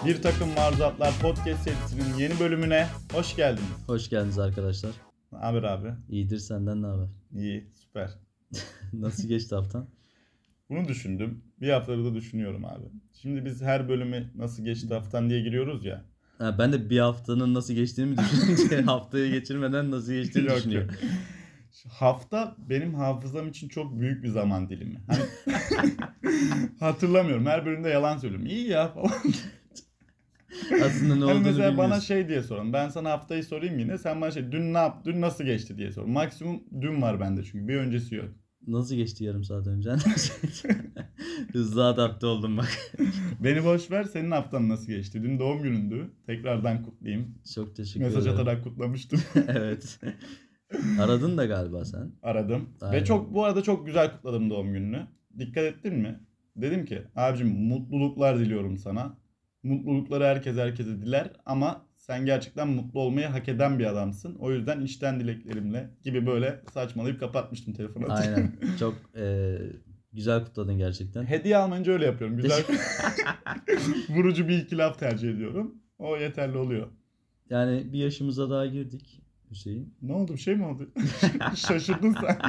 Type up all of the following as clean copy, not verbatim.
Bir Takım Maruzatlar Podcast serisinin yeni bölümüne hoş geldiniz. Hoş geldiniz arkadaşlar. Ne haber abi? İyidir, senden ne haber? İyi, süper. Nasıl geçti haftan? Bunu düşündüm. Bir haftadır da düşünüyorum abi. Şimdi biz her bölümü nasıl geçti haftan diye giriyoruz ya. Ha, ben de bir haftanın nasıl geçtiğini mi düşününce haftayı geçirmeden nasıl geçtiğini Yok, düşünüyorum. yok. Hafta benim hafızam için çok büyük bir zaman dilimi. Hani hatırlamıyorum. Her bölümde yalan söylüyorum. İyi ya falan. Aslında ne Hani olduğunu mesela bana bilmiyorsun. şey diye sorun. Ben sana haftayı sorayım yine. Sen bana dün ne yap, dün nasıl geçti diye sor. Maksimum dün var bende çünkü bir öncesi yok. Nasıl geçti yarım saat önce? Hızlı adapte oldum bak. Beni boş ver, senin haftan nasıl geçti? Dün doğum günündü. Tekrardan kutlayayım. Çok teşekkür Mesaj ederim. atarak kutlamıştım. Evet. Aradın da galiba sen. Aradım. Aynen. Ve bu arada çok güzel kutladım doğum gününü. Dikkat ettin mi? Dedim ki abicim mutluluklar diliyorum sana. Mutlulukları herkese diler ama sen gerçekten mutlu olmayı hak eden bir adamsın. O yüzden içten dileklerimle gibi böyle saçmalayıp kapatmıştım telefonu. Aynen. Çok güzel kutladın gerçekten. Hediye almayınca öyle yapıyorum. Güzel vurucu bir iki laf tercih ediyorum. O yeterli oluyor. Yani bir yaşımıza daha girdik Hüseyin. Ne oldu? Bir şey mi oldu? Şaşırdın sen.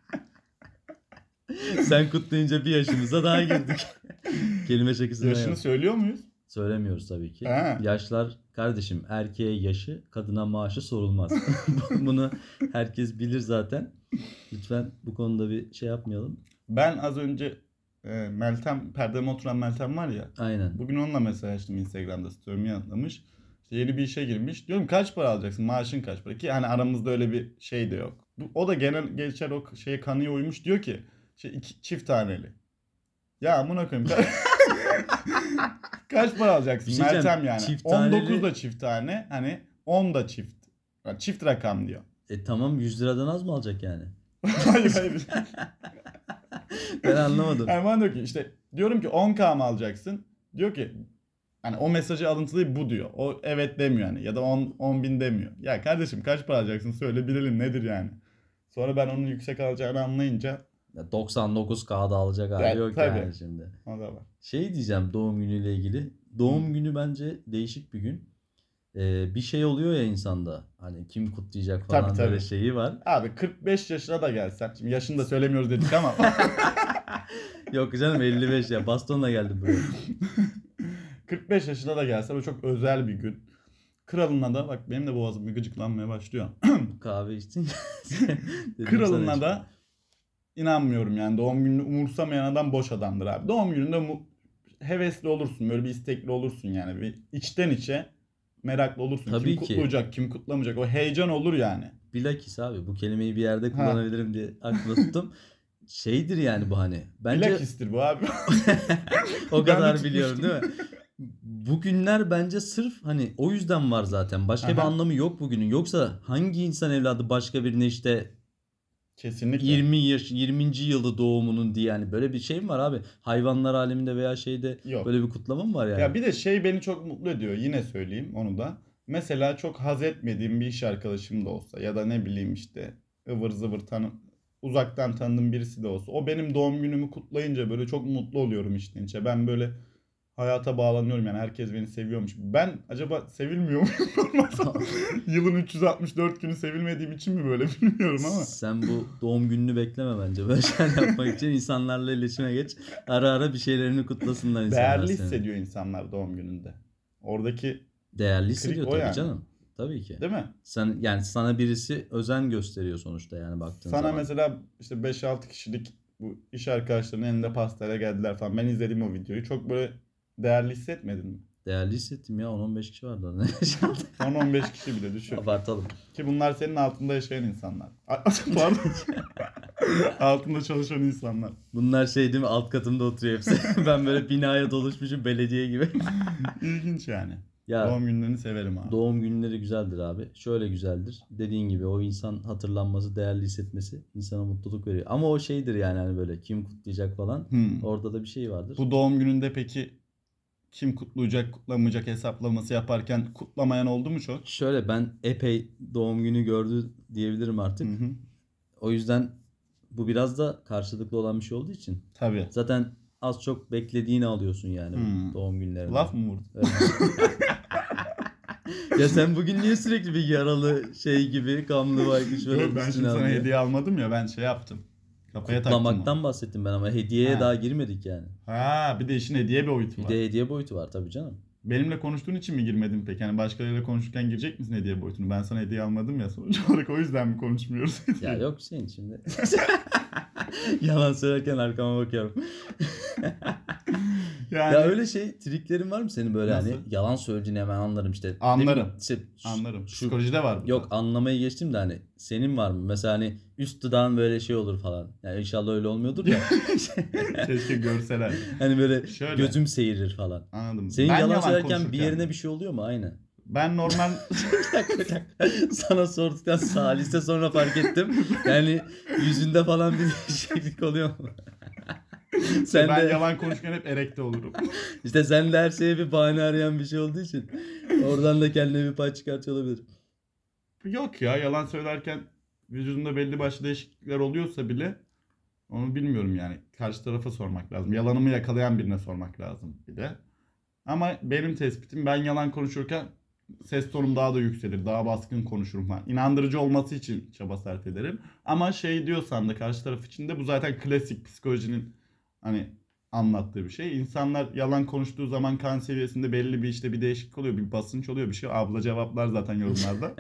Sen kutlayınca bir yaşımıza daha girdik. Kelime şakasına Yaşını yap. söylüyor muyuz? Söylemiyoruz tabii ki. He. Yaşlar kardeşim, erkeğe yaşı, kadına maaşı sorulmaz. Bunu herkes bilir zaten. Lütfen bu konuda bir şey yapmayalım. Ben az önce Meltem, perdeme oturan Meltem var ya. Aynen. Bugün onunla mesajlaştım Instagram'da, story'mi yanıtlamış. İşte yeni bir işe girmiş. Diyorum kaç para alacaksın? Maaşın kaç para? Ki hani aramızda öyle bir şey de yok. O da genel geçer o şeye kanıya uymuş. Diyor ki çift taneli. Ya amına koyayım. Kaç para alacaksın Bir şey diyeceğim, Meltem yani? çift 19 taneli- da çift tane. Hani 10 da çift. Yani çift rakam diyor. Tamam, 100 liradan az mı alacak yani? Hayır. Ben anlamadım. Erman diyor ki işte diyorum ki 10K mı alacaksın? Diyor ki hani o mesajı alıntılayıp bu diyor. O evet demiyor yani ya da 10 bin demiyor. Ya kardeşim kaç para alacaksın söyle bilelim nedir yani. Sonra ben onun yüksek alacağını anlayınca 99K'da alacak hali yok tabii. yani şimdi. O da var. Şey diyeceğim doğum günüyle ilgili. Doğum günü bence değişik bir gün. Bir şey oluyor ya insanda. Hani kim kutlayacak falan Tabii. böyle şeyi var. Abi 45 yaşına da gelsen. Şimdi yaşını da söylemiyoruz dedik ama. Yok canım, 55 ya. Bastonla geldim buraya. 45 yaşına da gelse bu çok özel bir gün. Kralına da bak benim de boğazım bir gıcıklanmaya başlıyor. Kahve içtin. Dedim Kralına sana da inanmıyorum yani doğum gününü umursamayan adam boş adamdır abi. Doğum gününde hevesli olursun böyle bir istekli olursun yani bir içten içe meraklı olursun. Tabii Kim ki. kutlayacak kim kutlamayacak o heyecan olur yani. Bilakis abi, bu kelimeyi bir yerde Ha. kullanabilirim diye aklımda tuttum. Şeydir yani bu hani. Bence Bilakistir bu abi. o Ben kadar de biliyorum değil mi? Bu günler bence sırf hani o yüzden var zaten. Başka bir Aha. anlamı yok bugünün. Yoksa hangi insan evladı başka birine işte Kesinlikle. 20. yılı doğumunun diye, yani böyle bir şey mi var abi? Hayvanlar aleminde veya şeyde Yok. böyle bir kutlama mı var yani? Ya bir de şey beni çok mutlu ediyor. Yine söyleyeyim onu da. Mesela çok haz etmediğim bir iş arkadaşım da olsa ya da ne bileyim işte ıvır zıvır uzaktan tanıdığım birisi de olsa o benim doğum günümü kutlayınca böyle çok mutlu oluyorum içten içe. Ben böyle hayata bağlanıyorum yani herkes beni seviyormuş. Ben acaba sevilmiyor muyum? Olmazsa yılın 364 günü sevilmediğim için mi böyle bilmiyorum ama. Sen bu doğum gününü bekleme bence. Böyle şeyler yapmak için insanlarla iletişime geç. Ara ara bir şeylerini kutlasınlar insanlar Değerli seni. hissediyor insanlar doğum gününde. Oradaki Değerli hissediyor o tabii yani. canım. Tabii ki. Değil mi? Sen yani sana birisi özen gösteriyor sonuçta yani baktığın Sana zaman. mesela işte 5-6 kişilik bu iş arkadaşlarının elinde pastayla geldiler falan. Ben izledim o videoyu. Çok böyle değerli hissetmedin mi? Değerli hissettim ya, 10-15 kişi vardı orada. Son 15 kişi bile düşün. Abartalım. Ki bunlar senin altında yaşayan insanlar. Pardon. Altında çalışan insanlar. Bunlar şey değil mi, alt katımda oturuyor hepsi. Ben böyle binaya doluşmuşum belediye gibi. İlginç yani. Ya Doğum günlerini severim abi. doğum günleri güzeldir abi. Şöyle güzeldir. Dediğin gibi o insan hatırlanması, değerli hissetmesi insana mutluluk veriyor. Ama o şeydir yani hani böyle kim kutlayacak falan. Orada da bir şey vardır. Bu doğum gününde peki kim kutlayacak, kutlamayacak hesaplaması yaparken kutlamayan oldu mu çok? Şöyle, ben epey doğum günü gördü diyebilirim artık. O yüzden bu biraz da karşılıklı olan bir şey olduğu için. Tabii. Zaten az çok beklediğini alıyorsun yani doğum günlerinde. Laf mı vurdun? Evet. Ya sen bugün niye sürekli bir yaralı şey gibi gamlı baykuş böyle Yok, ben üstüne şimdi sana alıyor? hediye almadım ya, ben şey yaptım. Kafaya taktım Kutlamaktan onu. bahsettim ben ama hediyeye Ha. daha girmedik yani. Ha, bir de işin hediye boyutu Bir var. de hediye boyutu var tabii canım. Benimle konuştuğun için mi girmedin peki? Yani başkalarıyla konuşurken girecek misin hediye boyutunu? Ben sana hediye almadım ya sonuç olarak, o yüzden mi konuşmuyoruz? Ya yok Hüseyin şimdi. Yalan söylerken arkama bakıyorum. Yani Ya öyle şey triklerin var mı senin böyle Nasıl? hani yalan söylediğini hemen anlarım işte. Anlarım. Ne bileyim, işte anlarım. Şu, Psikolojide var bu. yok zaten. anlamayı geçtim de hani senin var mı? Mesela hani üst dudağın böyle şey olur falan. Yani inşallah öyle olmuyordur da. Keşke görseler. Hani böyle Şöyle. gözüm seyirir falan. Anladım. Senin Ben yalan söylerken konuşurken bir yerine mi? bir şey oluyor mu? Aynen. Ben normal Bir dakika. Sana sorduktan salise sonra fark ettim. Yani yüzünde falan bir değişiklik oluyor mu? Sen ben de yalan konuşurken hep erekte olurum. işte sen de her şeye bir bahane arayan bir şey olduğu için oradan da kendine bir pay çıkartıyor olabilir. Yok ya, yalan söylerken vücudunda belli başlı değişiklikler oluyorsa bile onu bilmiyorum yani. Karşı tarafa sormak lazım. Yalanımı yakalayan birine sormak lazım bir de. Ama benim tespitim, ben yalan konuşurken ses tonum daha da yükselir. Daha baskın konuşurum falan. İnandırıcı olması için çaba sarf ederim. Ama şey diyorsan da karşı taraf için de bu zaten klasik psikolojinin hani anlattığı bir şey. İnsanlar yalan konuştuğu zaman kan seviyesinde belli bir işte bir değişiklik oluyor. Bir basınç oluyor, bir şey. Abla cevaplar zaten yorumlarda.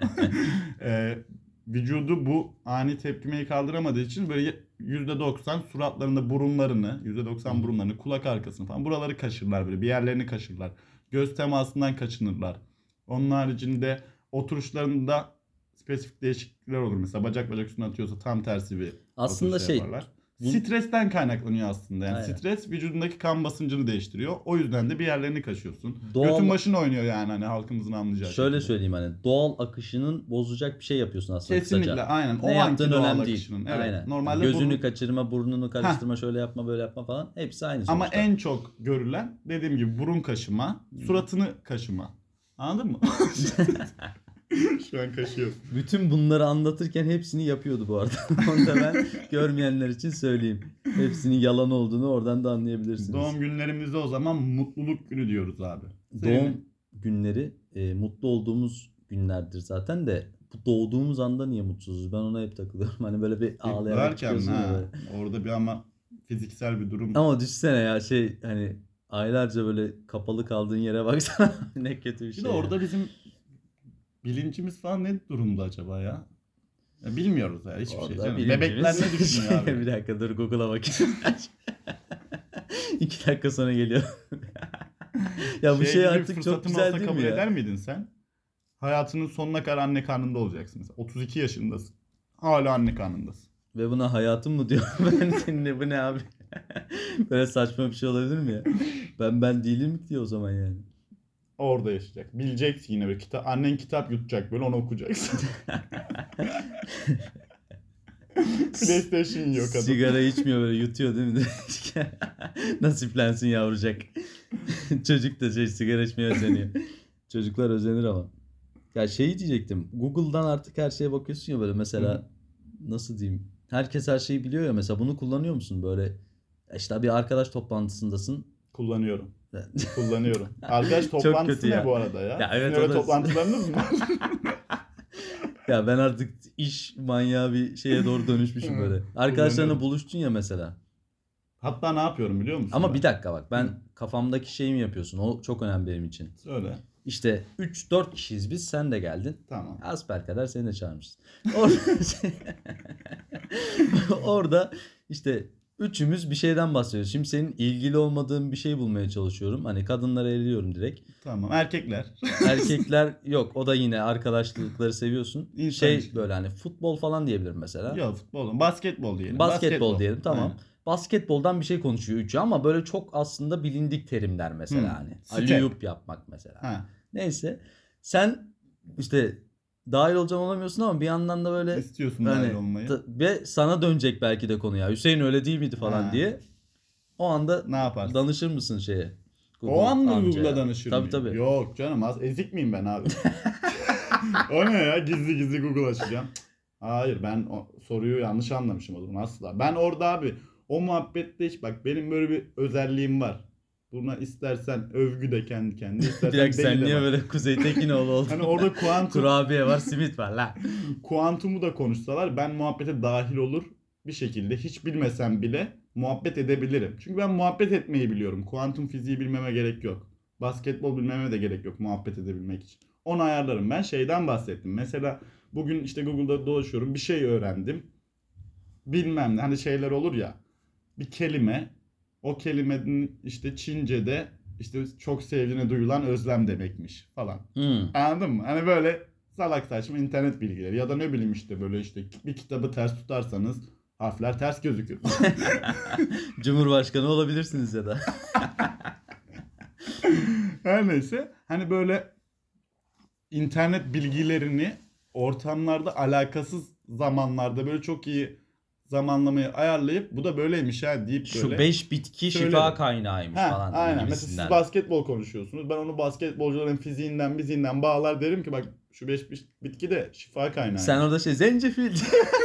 Vücudu bu ani tepkimeyi kaldıramadığı için böyle %90 suratlarında burunlarını, %90 burunlarını, kulak arkasını falan buraları kaşırlar böyle. Bir yerlerini kaşırlar. Göz temasından kaçınırlar. Onun haricinde oturuşlarında spesifik değişiklikler olur. Mesela bacak üstüne atıyorsa tam tersi bir Aslında oturuş şey yaparlar. bu- Stresten kaynaklanıyor aslında. Yani Aynen. stres vücudundaki kan basıncını değiştiriyor. O yüzden de bir yerlerini kaşıyorsun. Doğal- Götün başın oynuyor yani, hani halkımızın anlayacağı şöyle şekilde. söyleyeyim hani doğal akışının bozacak bir şey yapıyorsun aslında Kesinlikle, kısaca. aynen. O Ne anki yaptığın doğal önemli akışının. değil. Evet. Aynen. Normalde Gözünü burun- kaçırma, burnunu karıştırma, şöyle yapma, böyle yapma falan. Hepsi aynı Ama sonuçta. en çok görülen dediğim gibi burun kaşıma, suratını kaşıma. Anladın mı? Şu an kaşıyor. Bütün bunları anlatırken hepsini yapıyordu bu arada. Onu da ben görmeyenler için söyleyeyim. Hepsinin yalan olduğunu oradan da anlayabilirsiniz. Doğum günlerimizde o zaman mutluluk günü diyoruz abi. Doğum günleri mutlu olduğumuz günlerdir zaten de bu doğduğumuz anda niye mutsuzuz? Ben ona hep takılıyorum. Hani böyle bir ağlayarak Derken çıkıyorsun ya böyle. orada bir ama fiziksel bir durum. Ama düşünsene ya şey hani aylarca böyle kapalı kaldığın yere baksana ne kötü bir Bir şey de ya. orada bizim bilincimiz falan ne durumda acaba ya? Ya bilmiyoruz ya hiçbir şey Orada canım. bilincimiz- Bebekler ne düşünüyor abi? Bir dakika dur Google'a bakayım. 2 dakika sonra geliyor. Ya bu şey gibi artık çok fırsatın güzel olsa değil kabul mi ya? eder miydin sen? Hayatının sonuna kadar anne karnında olacaksın mesela. 32 yaşındasın. Hala anne karnındasın. Ve buna hayatım mı diyor. Ben seninle bu ne abi? Böyle saçma bir şey olabilir mi ya? Ben değilim ki diyor o zaman yani. Orada yaşayacak. Bileceksin yine, bir kitap. Annen kitap yutacak böyle, onu okuyacaksın. PlayStation yiyor kadın. Sigara içmiyor böyle yutuyor değil mi? Nasiplensin yavrucak. Çocuk da şey sigara içmeye özeniyor. Çocuklar özenir ama. Ya şey diyecektim. Google'dan artık her şeye bakıyorsun ya böyle mesela nasıl diyeyim? Herkes her şeyi biliyor ya mesela bunu kullanıyor musun? Böyle işte bir arkadaş toplantısındasın. Kullanıyorum. Kullanıyorum. Arkadaş Çok toplantısı kötü ne ya. bu arada ya? Ya evet, Sizin o öyle da- toplantılarınız mı var? Ya ben artık iş manyağı bir şeye doğru dönüşmüşüm böyle. Arkadaşlarına Kullanıyorum. buluştun ya mesela. Hatta ne yapıyorum biliyor musun? Ama ben? bir dakika bak ben Hı. kafamdaki şeyi mi yapıyorsun? O çok önemli benim için. Söyle. İşte 3-4 kişiyiz biz, sen de geldin. Tamam. Asperkader seni de çağırmışız. Orada, orada işte üçümüz bir şeyden bahsediyoruz. Şimdi senin ilgili olmadığın bir şey bulmaya çalışıyorum. Hani kadınları eliyorum direkt. Tamam. Erkekler. Erkekler yok, o da yine arkadaşlıkları seviyorsun. İnsan Şey ilişkileri. böyle hani futbol falan diyebilirim mesela. Yok, futbol. Basketbol diyelim. Basketbol diyelim, tamam. Aynen. Basketboldan bir şey konuşuyor üçü ama böyle çok aslında bilindik terimler mesela Hı. hani. Step. Alley-oop yapmak mesela. Ha. Neyse. Sen işte dahil olacağım olamıyorsun ama bir yandan da böyle İstiyorsun hani dahil olmayı. ve sana dönecek belki de konu ya. Hüseyin öyle değil miydi falan Ha. diye. O anda Ne yaparsın? danışır mısın şeye? O an mı amcaya? Google'a danışır Tabii mıyım? tabii. Yok canım, az ezik miyim ben abi? O ne ya? Gizli gizli Google açacağım. Hayır, ben o soruyu yanlış anlamışım o zaman asla. Ben orada abi O muhabbette hiç bak benim böyle bir özelliğim var. Buna istersen övgü de kendi kendine, Bir istersen dakika sen deli de niye bak. böyle Kuzey Tekinoğlu oldun? Hani orada Kurabiye var, simit var la. kuantumu da konuşsalar ben muhabbete dahil olur bir şekilde hiç bilmesem bile muhabbet edebilirim. Çünkü ben muhabbet etmeyi biliyorum. Kuantum fiziği bilmeme gerek yok. Basketbol bilmeme de gerek yok muhabbet edebilmek için. Onu ayarlarım. Ben şeyden bahsettim. Mesela bugün işte Google'da dolaşıyorum. Bir şey öğrendim. Bilmem ne. Hani şeyler olur ya. Bir kelime. O kelimenin işte Çince'de işte çok sevdiğine duyulan özlem demekmiş falan. Anladın mı? Hani böyle salak saçma internet bilgileri ya da ne bileyim işte böyle işte bir kitabı ters tutarsanız harfler ters gözükür. Cumhurbaşkanı olabilirsiniz ya da. Her neyse hani böyle internet bilgilerini ortamlarda alakasız zamanlarda böyle çok iyi zamanlamayı ayarlayıp bu da böyleymiş ha deyip Şu böyle 5 bitki şifa söylerim. kaynağıymış Ha, falan aynen. Mesela siz gibisinden. basketbol konuşuyorsunuz. Ben onu basketbolcuların fiziğinden, biziğinden bağlar derim ki bak şu 5 bitki de şifa kaynağı. Sen orada zencefil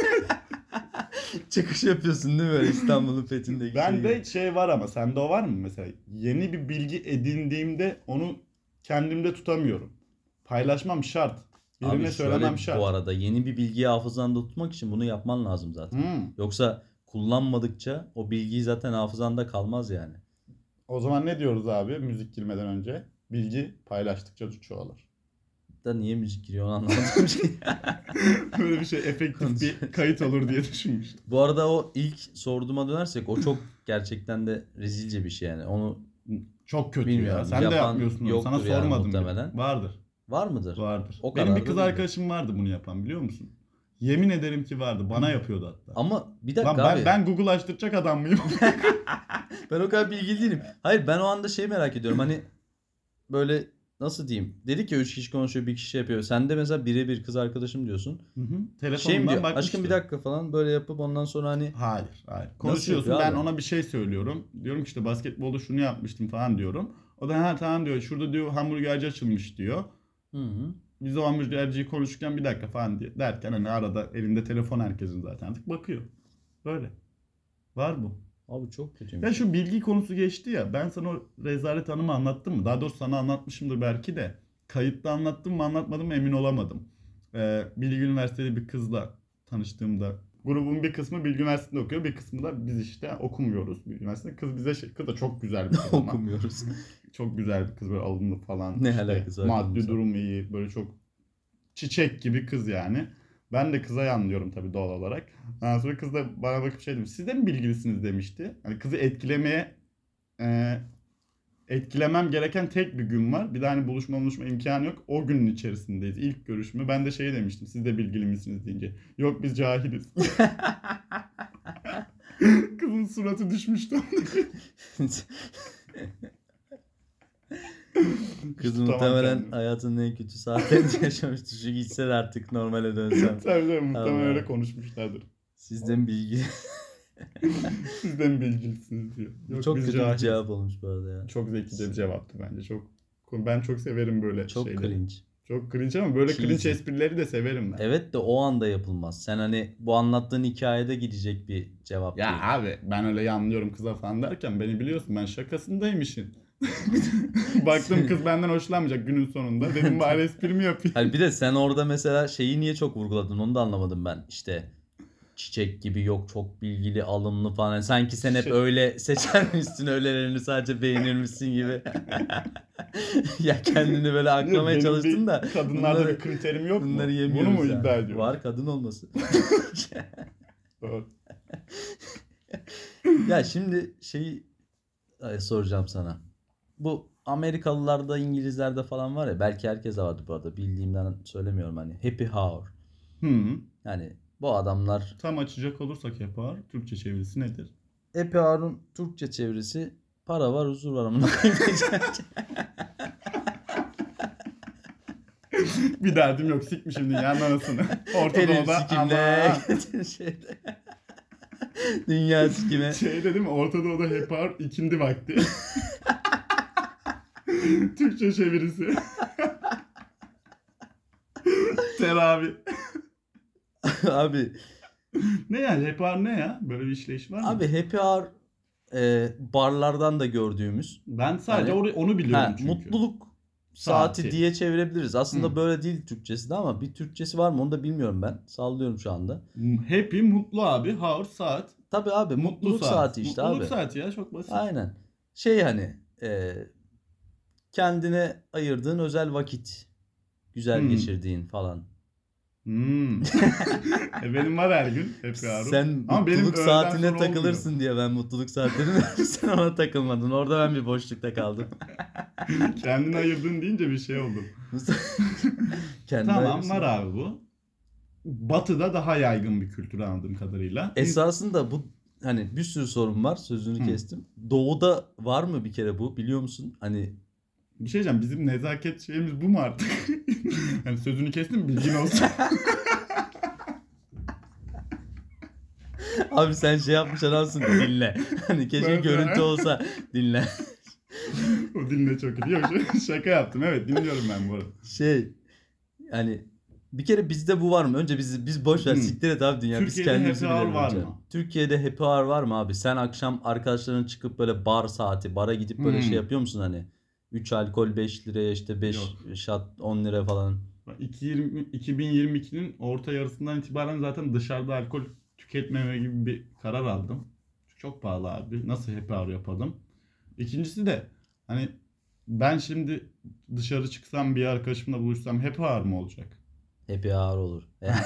çıkış yapıyorsun değil mi böyle İstanbul'un fethindeki Ben şey de gibi. şey var ama sende o var mı mesela? Yeni bir bilgi edindiğimde onu kendimde tutamıyorum. Paylaşmam şart. Abi Birine şöyle söylemem şart. bu arada yeni bir bilgiyi hafızanda tutmak için bunu yapman lazım zaten. Hmm. Yoksa kullanmadıkça o bilgiyi zaten hafızanda kalmaz yani. O zaman ne diyoruz abi müzik girmeden önce? Bilgi paylaştıkça çoğalır. Da niye müzik giriyor onu anlamadım ki. Böyle bir şey efektif bir kayıt olur diye düşünmüştüm. Bu arada o ilk sorduğuma dönersek o çok gerçekten de rezilce bir şey yani. Onu Çok kötü bilmiyorum. ya. Sen de Yapan yapmıyorsun onu. Sana yoktur yani sormadım bile. muhtemelen. Vardır. Var mıdır? Vardır. O Benim kadar bir da kız değildir. arkadaşım vardı bunu yapan biliyor musun? Yemin ederim ki vardı. Bana yapıyordu hatta. Ama bir Lan dakika ben, abi. ben Google açtıracak adam mıyım? Ben o kadar bilgili değilim. Hayır ben o anda şey merak ediyorum. Hani böyle nasıl diyeyim? Dedik ya 3 kişi konuşuyor bir kişi şey yapıyor. Sen de mesela birebir kız arkadaşım diyorsun. Hı hı. Şey mi Telefonumdan diyor? bakmıştı. Aşkım bir dakika falan böyle yapıp ondan sonra hani Hayır, hayır. nasıl Konuşuyorsun. yapıyor Ben abi? ona bir şey söylüyorum. Diyorum ki işte basketbolda şunu yapmıştım falan diyorum. O da ha tamam diyor. Şurada diyor hamburgerci açılmış diyor. Hı hı. Biz o hamburgerciyi konuşurken bir dakika falan diye derken hani arada elinde telefon herkesin zaten artık bakıyor. Böyle. Var bu. Abi çok Ya kötüymüş. şu bilgi konusu geçti ya. Ben sana o rezalet anımı anlattım mı? Daha doğrusu sana anlatmışımdır belki de. Kayıtta anlattım mı anlatmadım mı emin olamadım. Bilgi Üniversiteli bir kızla tanıştığımda. Grubun bir kısmı Bilgi Üniversitesi'nde okuyor. Bir kısmı da biz işte okumuyoruz Bilgi Üniversitesi'nde. Kız bize kız da çok güzel bir kız ama. Okumuyoruz. Çok güzel bir kız böyle alımlı falan. Ne İşte alakası var maddi kızımsa? durumu iyi. Böyle çok çiçek gibi kız yani. Ben de kıza yanlıyorum tabii doğal olarak. Ondan sonra kız da bana bakıp şey demiş. Siz de mi bilgilisiniz demişti. Hani kızı e, etkilemem gereken tek bir gün var. Bir de hani buluşma imkanı yok. O günün içerisindeyiz. İlk görüşme. Ben de şey demiştim. Siz de bilgili misiniz deyince. Yok biz cahiliz. Kızın suratı düşmüştü. Kız Tamam muhtemelen kendimi. hayatının en kötü saatlerini yaşamıştır. Çünkü gitsen artık normale dönsem. Tabii muhtemelen Allah. öyle konuşmuşlardır. Sizden bilgi. Siz de mi bilgilisiniz diyor. Yok Çok biz kötü bir cahiliz. cevap olmuş bu arada ya. Çok zekice bir cevaptı bence. Ben çok severim böyle Çok şeyleri. cringe. Çok cringe ama böyle cringe Cheesy. esprileri de severim ben. Evet de o anda yapılmaz. Sen hani bu anlattığın hikayede gidecek bir cevap Ya değil. abi ben öyle yanlıyorum kıza falan derken beni biliyorsun ben şakasındayım işin. Baktım kız benden hoşlanmayacak günün sonunda. Dedim bari esprimi yapayım. Hayır bir de sen orada mesela şeyi niye çok vurguladın onu da anlamadım ben. İşte çiçek gibi yok çok bilgili alımlı falan. Yani sanki sen hep Şey- öyle seçermişsin öylelerini sadece beğenirmişsin gibi. Ya kendini böyle aklamaya Benim çalıştın bir da kadınlarda bunları, bir kriterim yok mu? bunları Bunu yemiyoruz mu yani. iddia ediyorsun? Var kadın olması. Doğru. Ya şimdi şeyi soracağım sana. Bu Amerikalılarda, İngilizlerde falan var ya belki herkes de vardı bu arada bildiğimden söylemiyorum hani happy hour. Hı. Yani bu adamlar Tam açacak olursak yapar. Türkçe çevirisi nedir? happy hour'un Türkçe çevirisi para var huzur var amına koyayım. Bir derdim yok sikmişim dünyanın anasını. Orta Elim Doğu'da sikimle ama şeyde. Dünya sikime. şey dedim Orta Doğu'da hep var ikindi vakti. Türkçe çevirisi. Teravih. Abi Ne yani happy hour ne ya? Böyle bir işleyiş var mı? Abi happy hour barlardan da gördüğümüz. Ben sadece Hani onu biliyorum çünkü. mutluluk saati Saati. diye çevirebiliriz. Aslında Hı. böyle değil Türkçesi de ama bir Türkçesi var mı onu da bilmiyorum ben. Sallıyorum şu anda. Happy mutlu abi. Hour saat. Tabii abi Mutlu mutluluk saat. saati işte Mutluluk abi. saati ya çok basit. Aynen. Şey hani kendine ayırdığın özel vakit. Güzel Hmm. geçirdiğin falan. Hmm. Benim var her gün happy hour'um. Sen Ama benim mutluluk öğleden saatine sonra takılırsın diye ben mutluluk saatlerine sen ona takılmadın. Orada ben bir boşlukta kaldım. olmuyor. Kendini ayırdın deyince bir şey oldum. Kendine Tamam ayırırsın. var abi bu. Batı'da daha yaygın bir kültür anladığım kadarıyla. Esasında bu hani bir sürü sorun var. Sözünü Hı. kestim. Doğuda var mı bir kere bu biliyor musun? Hani Bir şey diyeceğim bizim nezaket şeyimiz bu mu artık? Hani sözünü kestim bilgin olsun. abi sen şey yapmış adamsın dinle. Hani keşke Ben- görüntü olsa dinle. O dinle çok iyi. Yok, şaka yaptım. Evet dinliyorum ben bu arada. Şey yani bir kere bizde bu var mı? Önce biz boş ver Hı. siktir et abi dünya. Biz Türkiye'de kendimizi happy hour bilelim var önce. mı? Türkiye'de happy hour var mı abi? Sen akşam arkadaşların çıkıp böyle bar saati, bara gidip böyle şey yapıyor musun hani? 3 alkol 5 liraya işte 5 Yok. shot 10 lira falan. 2022'nin orta yarısından itibaren zaten dışarıda alkol tüketmeme gibi bir karar aldım. Çok pahalı abi. Nasıl happy hour yapalım? İkincisi de hani ben şimdi dışarı çıksam bir arkadaşımla buluşsam happy hour mı olacak? Happy hour olur.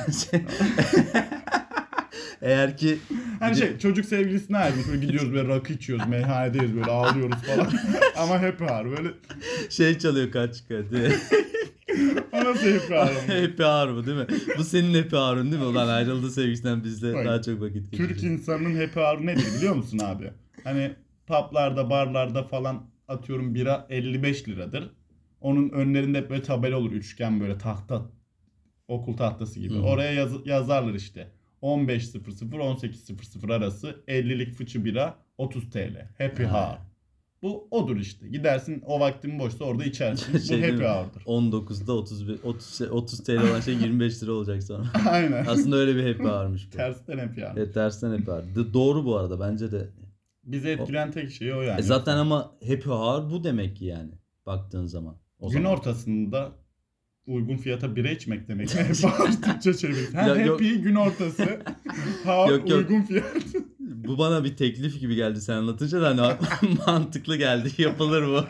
Eğer ki Hani gidip- şey çocuk sevgilisine ayrılmış böyle gidiyoruz böyle rakı içiyoruz meyhanedeyiz böyle ağlıyoruz falan. Ama happy hour böyle şey çalıyor kaç hadi. o nasıl happy hour olmuş? Happy hour bu değil mi? Bu senin happy hour'un değil mi? Ulan ayrıldı sevgisinden bizle Bak, daha çok vakit Türk geçirecek. insanının happy hour nedir biliyor musun abi? Hani publarda, barlarda falan atıyorum bira 55 liradır. Onun önlerinde hep böyle tabela olur üçgen böyle tahta okul tahtası gibi. Hı hı. Oraya yazarlar işte. 15.00 arası 50'lik fıçı bira 30 TL. Happy Ha. hour. Bu odur işte. Gidersin o vaktin boşsa orada içersin. Bu Şey değil happy mi? hour'dur. 19'da 30 TL olan şey 25 lira olacak sonra. Aynen. Aslında öyle bir happy hour'mış bu. Tersten happy hour. Evet tersten happy hour. Doğru bu arada bence de. Bizi etkileyen tek şey o yani. Zaten ama happy hour bu demek ki yani. Baktığın zaman. O Gün zaman. ortasında uygun fiyata bira içmek demek. Happy hour Türkçe çevirisi. Ha, Ya, yok. happy gün ortası. Hour Yok, yok. uygun fiyat. Bu bana bir teklif gibi geldi sen anlatınca da hani mantıklı geldi. Yapılır bu.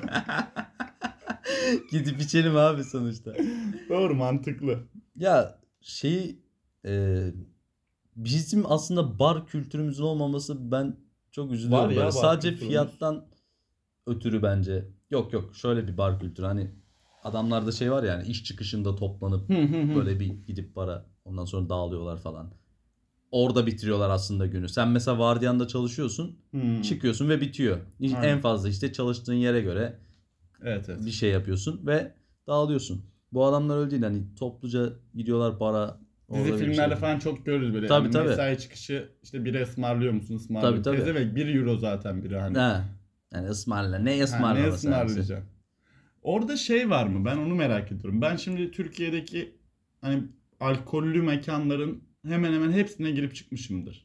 Gidip içelim abi sonuçta. Doğru mantıklı. Ya e, bizim aslında bar kültürümüzün olmaması ben çok üzülüyorum. Var ya Böyle. bar Sadece kültürümüz. fiyattan ötürü bence. Yok şöyle bir bar kültürü hani adamlarda şey var yani iş çıkışında toplanıp böyle bir gidip bara ondan sonra dağılıyorlar falan. Orada bitiriyorlar aslında günü. Sen mesela vardiyanda çalışıyorsun, çıkıyorsun ve bitiyor. Aynen. En fazla işte çalıştığın yere göre Evet evet. bir şey yapıyorsun ve dağılıyorsun. Bu adamlar öyle değil hani topluca gidiyorlar bara. Dizi orada bir filmlerde şey. falan çok görürüz böyle. Tabii, Yani tabii. mesai çıkışı işte bira ısmarlıyor musun? Ismarlıyor. Tabii. Pezevenk 1 euro zaten bira hani. Ha. Yani ısmarla. Ne Ha, ısmarlaması ne abi? ısmarlayacağım? Orada şey var mı? Ben onu merak ediyorum. Ben şimdi Türkiye'deki hani alkollü mekanların hemen hemen hepsine girip çıkmışımdır.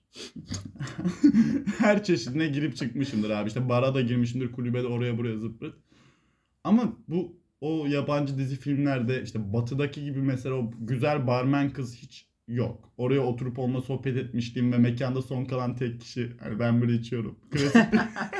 Her çeşidine girip çıkmışımdır abi. İşte bara da girmişimdir, kulübe de oraya buraya zıplıt. Ama bu o yabancı dizi filmlerde işte batıdaki gibi mesela o güzel barmen kız hiç yok. Oraya oturup onunla sohbet etmişliğim ve mekanda son kalan tek kişi hani ben böyle içiyorum. Klasik.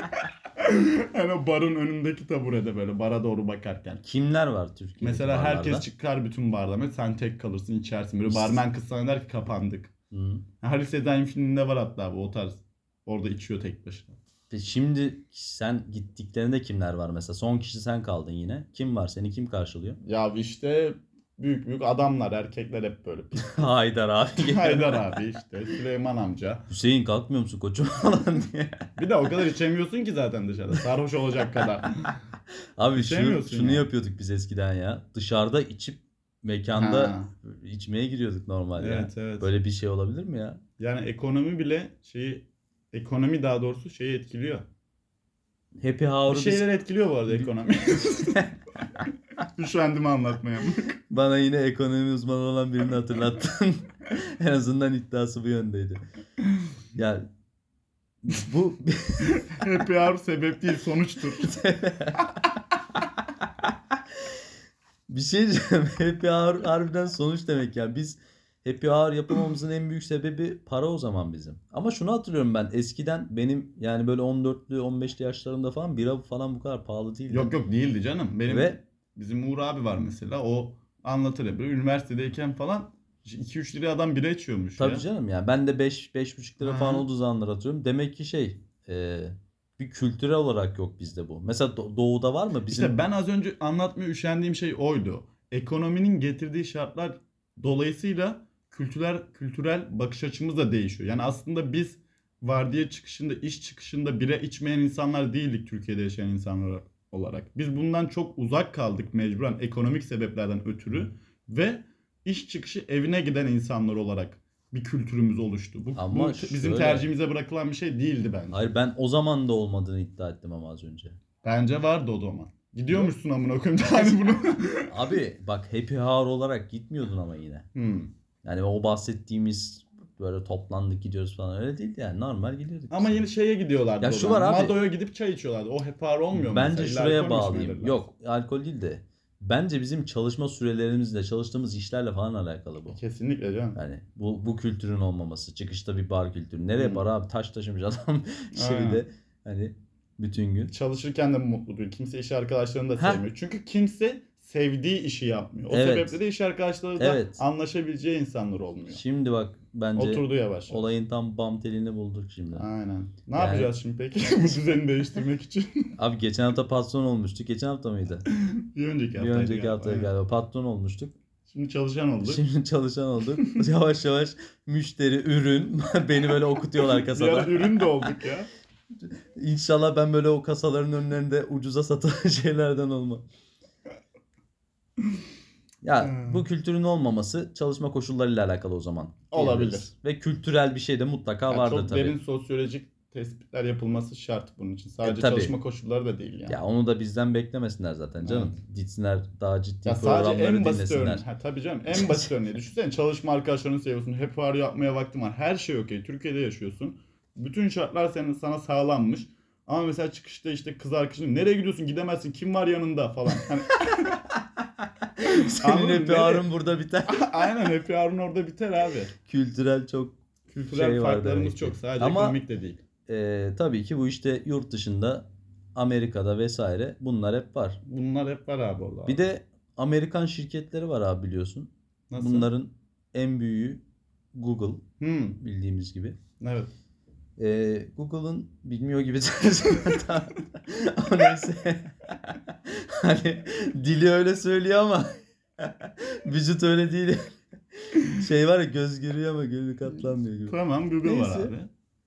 Hani o barın önündeki taburede böyle bara doğru bakarken. Kimler var Türkiye'de? Mesela herkes çıkar bütün barda. Mesela sen tek kalırsın içersin. Böyle barmen kız sana der ki kapandık. Hı. Halis Sezai filminde var hatta bu o tarz. Orada içiyor tek başına. Şimdi sen gittiklerinde kimler var mesela? Son kişi sen kaldın yine. Kim var? Seni kim karşılıyor? Ya işte büyük büyük adamlar erkekler hep böyle. Haydar abi. Haydar abi işte Süleyman amca. Hüseyin kalkmıyor musun koçum falan diye. Bir de o kadar içemiyorsun ki zaten dışarıda. Sarhoş olacak kadar. Abi İçemiyorsun şunu ya. yapıyorduk biz eskiden ya. Dışarıda içip mekanda Ha. içmeye giriyorduk normalde. Evet, evet. Böyle bir şey olabilir mi ya? Yani ekonomi bile ekonomi daha doğrusu şeyi etkiliyor. Happy Bir Hour'u biz şeyler etkiliyor bu arada ekonomi. Üşendim anlatmaya. Bana yine ekonomi uzmanı olan birini hatırlattın. En azından iddiası bu yöndeydi. Ya bu Happy hour sebep değil sonuçtur. bir şey diyeceğim. Happy hour harbiden sonuç demek ya. Biz happy hour yapamamızın en büyük sebebi para o zaman bizim. Ama şunu hatırlıyorum ben. Eskiden benim yani böyle 14'lü 15'li yaşlarımda falan bira falan bu kadar pahalı değildi. Yok yok değildi canım. Ve Bizim Uğur abi var mesela. O anlatır hep. Böyle üniversitedeyken falan 2-3 liraya adam bira içiyormuş tabii ya. canım ya. Ben de 5-5,5 lira falan Aha. olduğu zamanlar atıyorum. Demek ki bir kültürel olarak yok bizde bu. Mesela doğuda var mı? Bizim İşte ben az önce anlatmaya üşendiğim şey oydu. Ekonominin getirdiği şartlar dolayısıyla kültürel bakış açımız da değişiyor. Yani aslında biz vardiya çıkışında, iş çıkışında bira içmeyen insanlar değildik Türkiye'de yaşayan insanlar olarak. Biz bundan çok uzak kaldık mecburen ekonomik sebeplerden ötürü ve iş çıkışı evine giden insanlar olarak bir kültürümüz oluştu. Bu ama bizim şöyle. tercihimize bırakılan bir şey değildi bence. Hayır, ben o zaman da olmadığını iddia ettim ama az önce. Bence vardı o zaman. Yok. Gidiyormuşsun amına koyayım yani bunu. Abi bak, happy hour olarak gitmiyordun ama yine. Hmm. Yani o bahsettiğimiz böyle toplandık gidiyoruz falan öyle değildi yani, normal gidiyorduk. Ama biz. yine şeye gidiyorlardı Ya o şu zaman. var abi. Mado'ya gidip çay içiyorlardı. O hep ağır olmuyor mu Bence mesela? İlla şuraya alkol mü bağlayayım. içmeleri lazım? Yok, alkol değil de. Bence bizim çalışma sürelerimizle, çalıştığımız işlerle falan alakalı bu. Kesinlikle canım. Yani bu kültürün olmaması. Çıkışta bir bar kültürü. Nereye bar abi? Taş taşımış adam şeyde hani bütün gün. Çalışırken de mutlu değil. Kimse iş arkadaşlarını da Heh. sevmiyor. Çünkü kimse sevdiği işi yapmıyor. O Evet. sebeple de iş arkadaşları da Evet. anlaşabileceği insanlar olmuyor. Şimdi bak, bence Oturdu yavaş. olayın tam bam telini bulduk şimdi. Aynen. Ne Yani- yapacağız şimdi peki bu düzeni değiştirmek için? Abi geçen hafta patron olmuştuk. Geçen hafta mıydı? Bir önceki Bir haftaydı önceki galiba. haftaya Aynen. galiba patron olmuştuk. Şimdi çalışan olduk. Şimdi çalışan olduk. Yavaş yavaş müşteri, ürün. Beni böyle okutuyorlar Bir kasada. ara ürün de olduk ya. İnşallah ben böyle o kasaların önlerinde ucuza satılan şeylerden olmam. Ya bu kültürün olmaması çalışma koşullarıyla alakalı o zaman. Olabilir. diyebiliriz. Ve kültürel bir şey de mutlaka Ya vardır çok tabii. derin sosyolojik tespitler yapılması şart bunun için. Sadece tabii. çalışma koşulları da değil yani. Ya onu da bizden beklemesinler zaten canım. Gitsinler daha ciddi Ya sadece programları en basit dinlesinler. örneği. Ha, tabii canım en basit örneği. Düşünsene çalışma arkadaşlarını seviyorsun. Hep var yapmaya vaktin var. Her şey okey. Türkiye'de yaşıyorsun. Bütün şartlar sana sağlanmış. Ama mesela çıkışta işte kız arkadaşın nereye gidiyorsun gidemezsin kim var yanında falan. Hani, Senin Anladın mı? happy hour'un burada biter. aynen Happy Hour'un orada biter abi. Kültürel çok Kültürel şey var farklarımız demek ki. çok. Sadece Ama ekonomik de değil. tabii ki bu işte yurt dışında, Amerika'da vesaire bunlar hep var. Bunlar hep var abi orada. Bir de Amerikan şirketleri var abi, biliyorsun. Nasıl? Bunların en büyüğü Google, Hmm, bildiğimiz gibi. evet. Google'ın bilmiyor gibi Tamam. Ama neyse. Hani dili öyle söylüyor ama vücut öyle değil. Şey var ya, göz görüyor ama gönül katlanmıyor gibi. Tamam Google var Neyse. abi.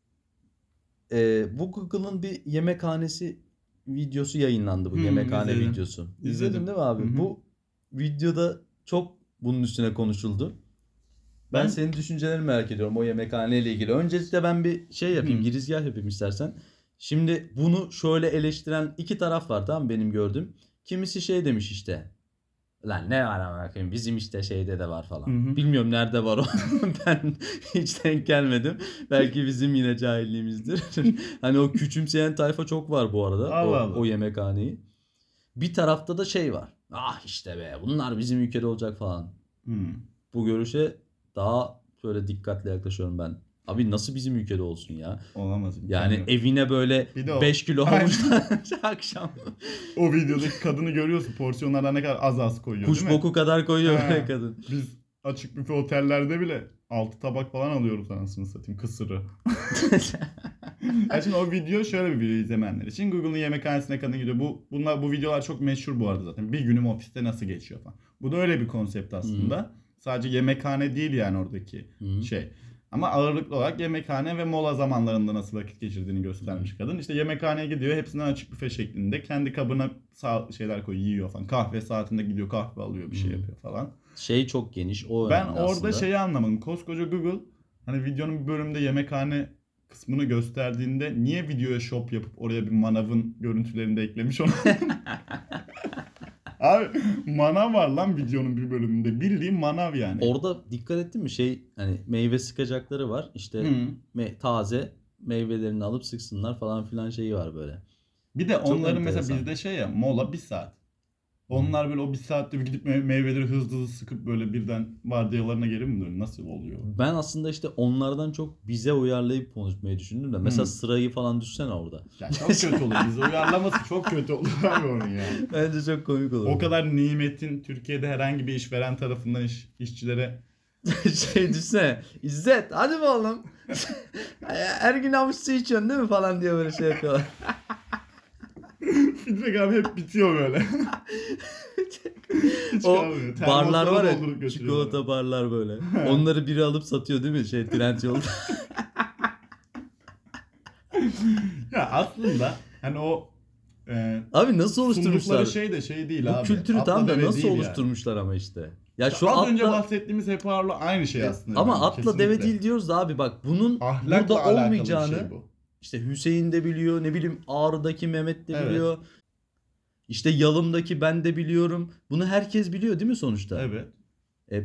Bu Google'ın bir yemekhanesi videosu yayınlandı, bu yemekhane izledim. videosu. İzledim. İzledin değil mi abi? Hı hı. Bu videoda çok bunun üstüne konuşuldu. Ben Ben- senin düşüncelerini merak ediyorum o yemekhane ile ilgili. Öncelikle ben bir şey yapayım, Hı. girizgah yapayım istersen. Şimdi bunu şöyle eleştiren iki taraf var, tamam mı, benim gördüğüm. Kimisi şey demiş işte. Lan ne var ama bakayım, bizim işte şeyde de var falan. Hı hı. Bilmiyorum nerede var o. Ben hiç denk gelmedim. Belki bizim yine cahilliğimizdir. Hani o küçümseyen tayfa çok var bu arada. Allah Allah. O yemekhaneyi. Bir tarafta da şey var. Ah işte be, bunlar bizim ülkede olacak falan. Hmm. Bu görüşe daha böyle dikkatli yaklaşıyorum ben. Abi nasıl bizim ülkede olsun ya? Olamaz. Yani imkanı yok. evine böyle Bir de o. 5 kilo Aynen. havuçtan akşam. O videodaki kadını görüyorsun porsiyonlardan ne kadar az koyuyor Kuş değil mi? boku kadar koyuyor Ha. böyle kadın. Biz açık büfe otellerde bile 6 tabak falan alıyoruz anasını satayım kısırı. Yani şimdi o video şöyle bir video izlemeyenler için Google'ın yemekhanesine kadın gidiyor. Bu videolar çok meşhur bu arada zaten. Bir günüm ofiste nasıl geçiyor falan. Bu da öyle bir konsept aslında. Sadece yemekhane değil yani oradaki Hı. şey. Ama ağırlıklı olarak yemekhane ve mola zamanlarında nasıl vakit geçirdiğini göstermiş kadın. İşte yemekhaneye gidiyor, hepsinden açık büfe şeklinde. Kendi kabına şeyler koyuyor, yiyor falan. Kahve saatinde gidiyor, kahve alıyor, bir şey yapıyor falan. Şey çok geniş, o Ben önemli orada aslında. şeyi anlamadım. Koskoca Google hani videonun bir bölümünde yemekhane kısmını gösterdiğinde niye videoya shop yapıp oraya bir manavın görüntülerini de eklemiş onu? Abi manav var lan videonun bir bölümünde. Bildiğin manav yani. Orada dikkat ettin mi hani meyve sıkacakları var. İşte Hı. taze meyvelerini alıp sıksınlar falan filan şeyi var böyle. Bir de Çok onların mesela enteresan. bizde şey ya, mola 1 saat. Onlar böyle o 1 saatte bir gidip meyveleri hızlı hızlı sıkıp böyle birden vardiyalarına geri mi dönüyor? Nasıl oluyor? Ben aslında işte onlardan çok bize uyarlayıp konuşmayı düşündüm de. Mesela sırayı falan düşsene orada. Ya çok kötü olur. Bizi uyarlaması çok kötü olur abi onun ya. Bence çok komik olur. O kadar nimetin Türkiye'de herhangi bir işveren tarafından işçilere Şey düşünsene. İzzet hadi be oğlum. Her gün avuç su içiyorsun değil mi falan diye böyle şey yapıyorlar. feedback abi hep bitiyor böyle. Hiç O kalmıyor. barlar var Termosları doldurup ya, götürüyorlar. çikolata barlar böyle. Onları biri alıp satıyor değil mi? Trendyol'da. Ya aslında hani o Abi nasıl oluşturmuşlar? sundukları şey de şey değil Bu abi. kültürü Atla tam da deve nasıl değil yani. oluşturmuşlar ama işte. Ya İşte şu az önce atla bahsettiğimiz hep ağırlı aynı şey aslında. ama bence, atla deve kesinlikle. değil diyoruz da abi bak bunun Ahlakla burada alakalı olmayacağını bir şey bu. işte Hüseyin de biliyor, ne bileyim Ağrı'daki Mehmet de Evet. biliyor. İşte Yalım'daki ben de biliyorum. Bunu herkes biliyor değil mi sonuçta? Evet. E,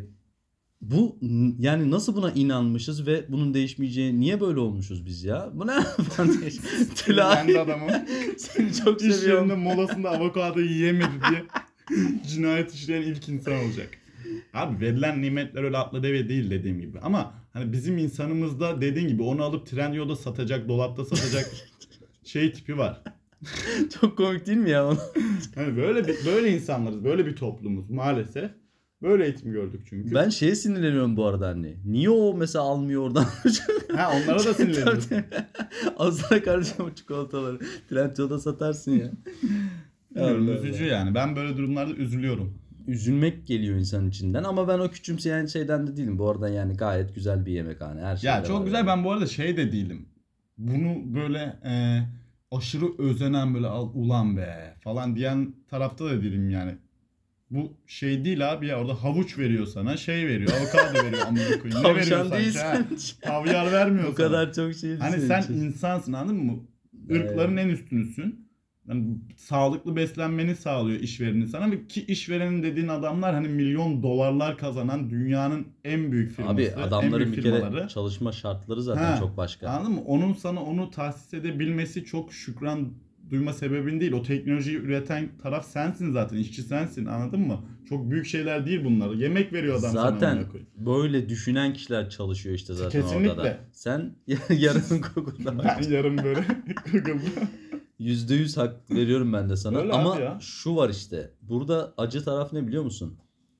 yani nasıl buna inanmışız ve bunun değişmeyeceği, niye böyle olmuşuz biz ya? Bu ne falan diye. Sinirlendi adamı. Seni çok İş seviyorum. yerinde molasında avokado yiyemedi diye cinayet işleyen ilk insan olacak. Abi verilen nimetler öyle atla deve değil dediğim gibi. Ama hani bizim insanımızda dediğin gibi onu alıp Trendyol'da satacak, dolapta satacak şey tipi var. Çok komik değil mi ya? Hani böyle insanlarız, böyle bir toplumuz maalesef. Böyle eğitim gördük çünkü. Ben şeye sinirleniyorum bu arada anne. Niye o mesela almıyor oradan? Ha onlara da sinirleniyorsun. Alsana kardeşim o çikolataları. Trendyol'da satarsın ya. Bilmiyorum, Allah üzücü Allah. yani. Ben böyle durumlarda üzülüyorum. Üzülmek geliyor insanın içinden ama ben o küçümseyen şeyden de değilim. Bu arada yani gayet güzel bir yemekhane. Her şey Ya de çok var güzel. yani. Ben bu arada şey de değilim. Bunu böyle aşırı özenen böyle al ulan be falan diyen tarafta da değilim yani. Bu şey değil abi ya, orada havuç veriyor sana, şey veriyor, avokado veriyor, amına koyayım. Ne veriyor Tavşan sanki ha? değilsin. Havyar vermiyor Bu sana. kadar çok şey Hani senin sen için. insansın, anladın mı? Irkların en üstünüsün. Yani sağlıklı beslenmeni sağlıyor işverenin sana, ve ki işverenin dediğin adamlar hani milyon dolarlar kazanan dünyanın en büyük firması, Abi en adamların büyük bir kere firmaları. çalışma şartları zaten Ha, çok başka. anladın mı? Onun sana onu tahsis edebilmesi çok şükran duyma sebebin değil. O teknolojiyi üreten taraf sensin zaten. İşçi sensin, anladın mı? Çok büyük şeyler değil bunlar. Yemek veriyor adam sana, Zaten amına koyayım. böyle düşünen kişiler çalışıyor işte zaten orada Kesinlikle. da. Sen yarın Google'da bak. Ben yarın böyle Google'da. %100 hak veriyorum ben de sana. Öyle Ama abi ya. şu var işte. Burada acı taraf ne biliyor musun?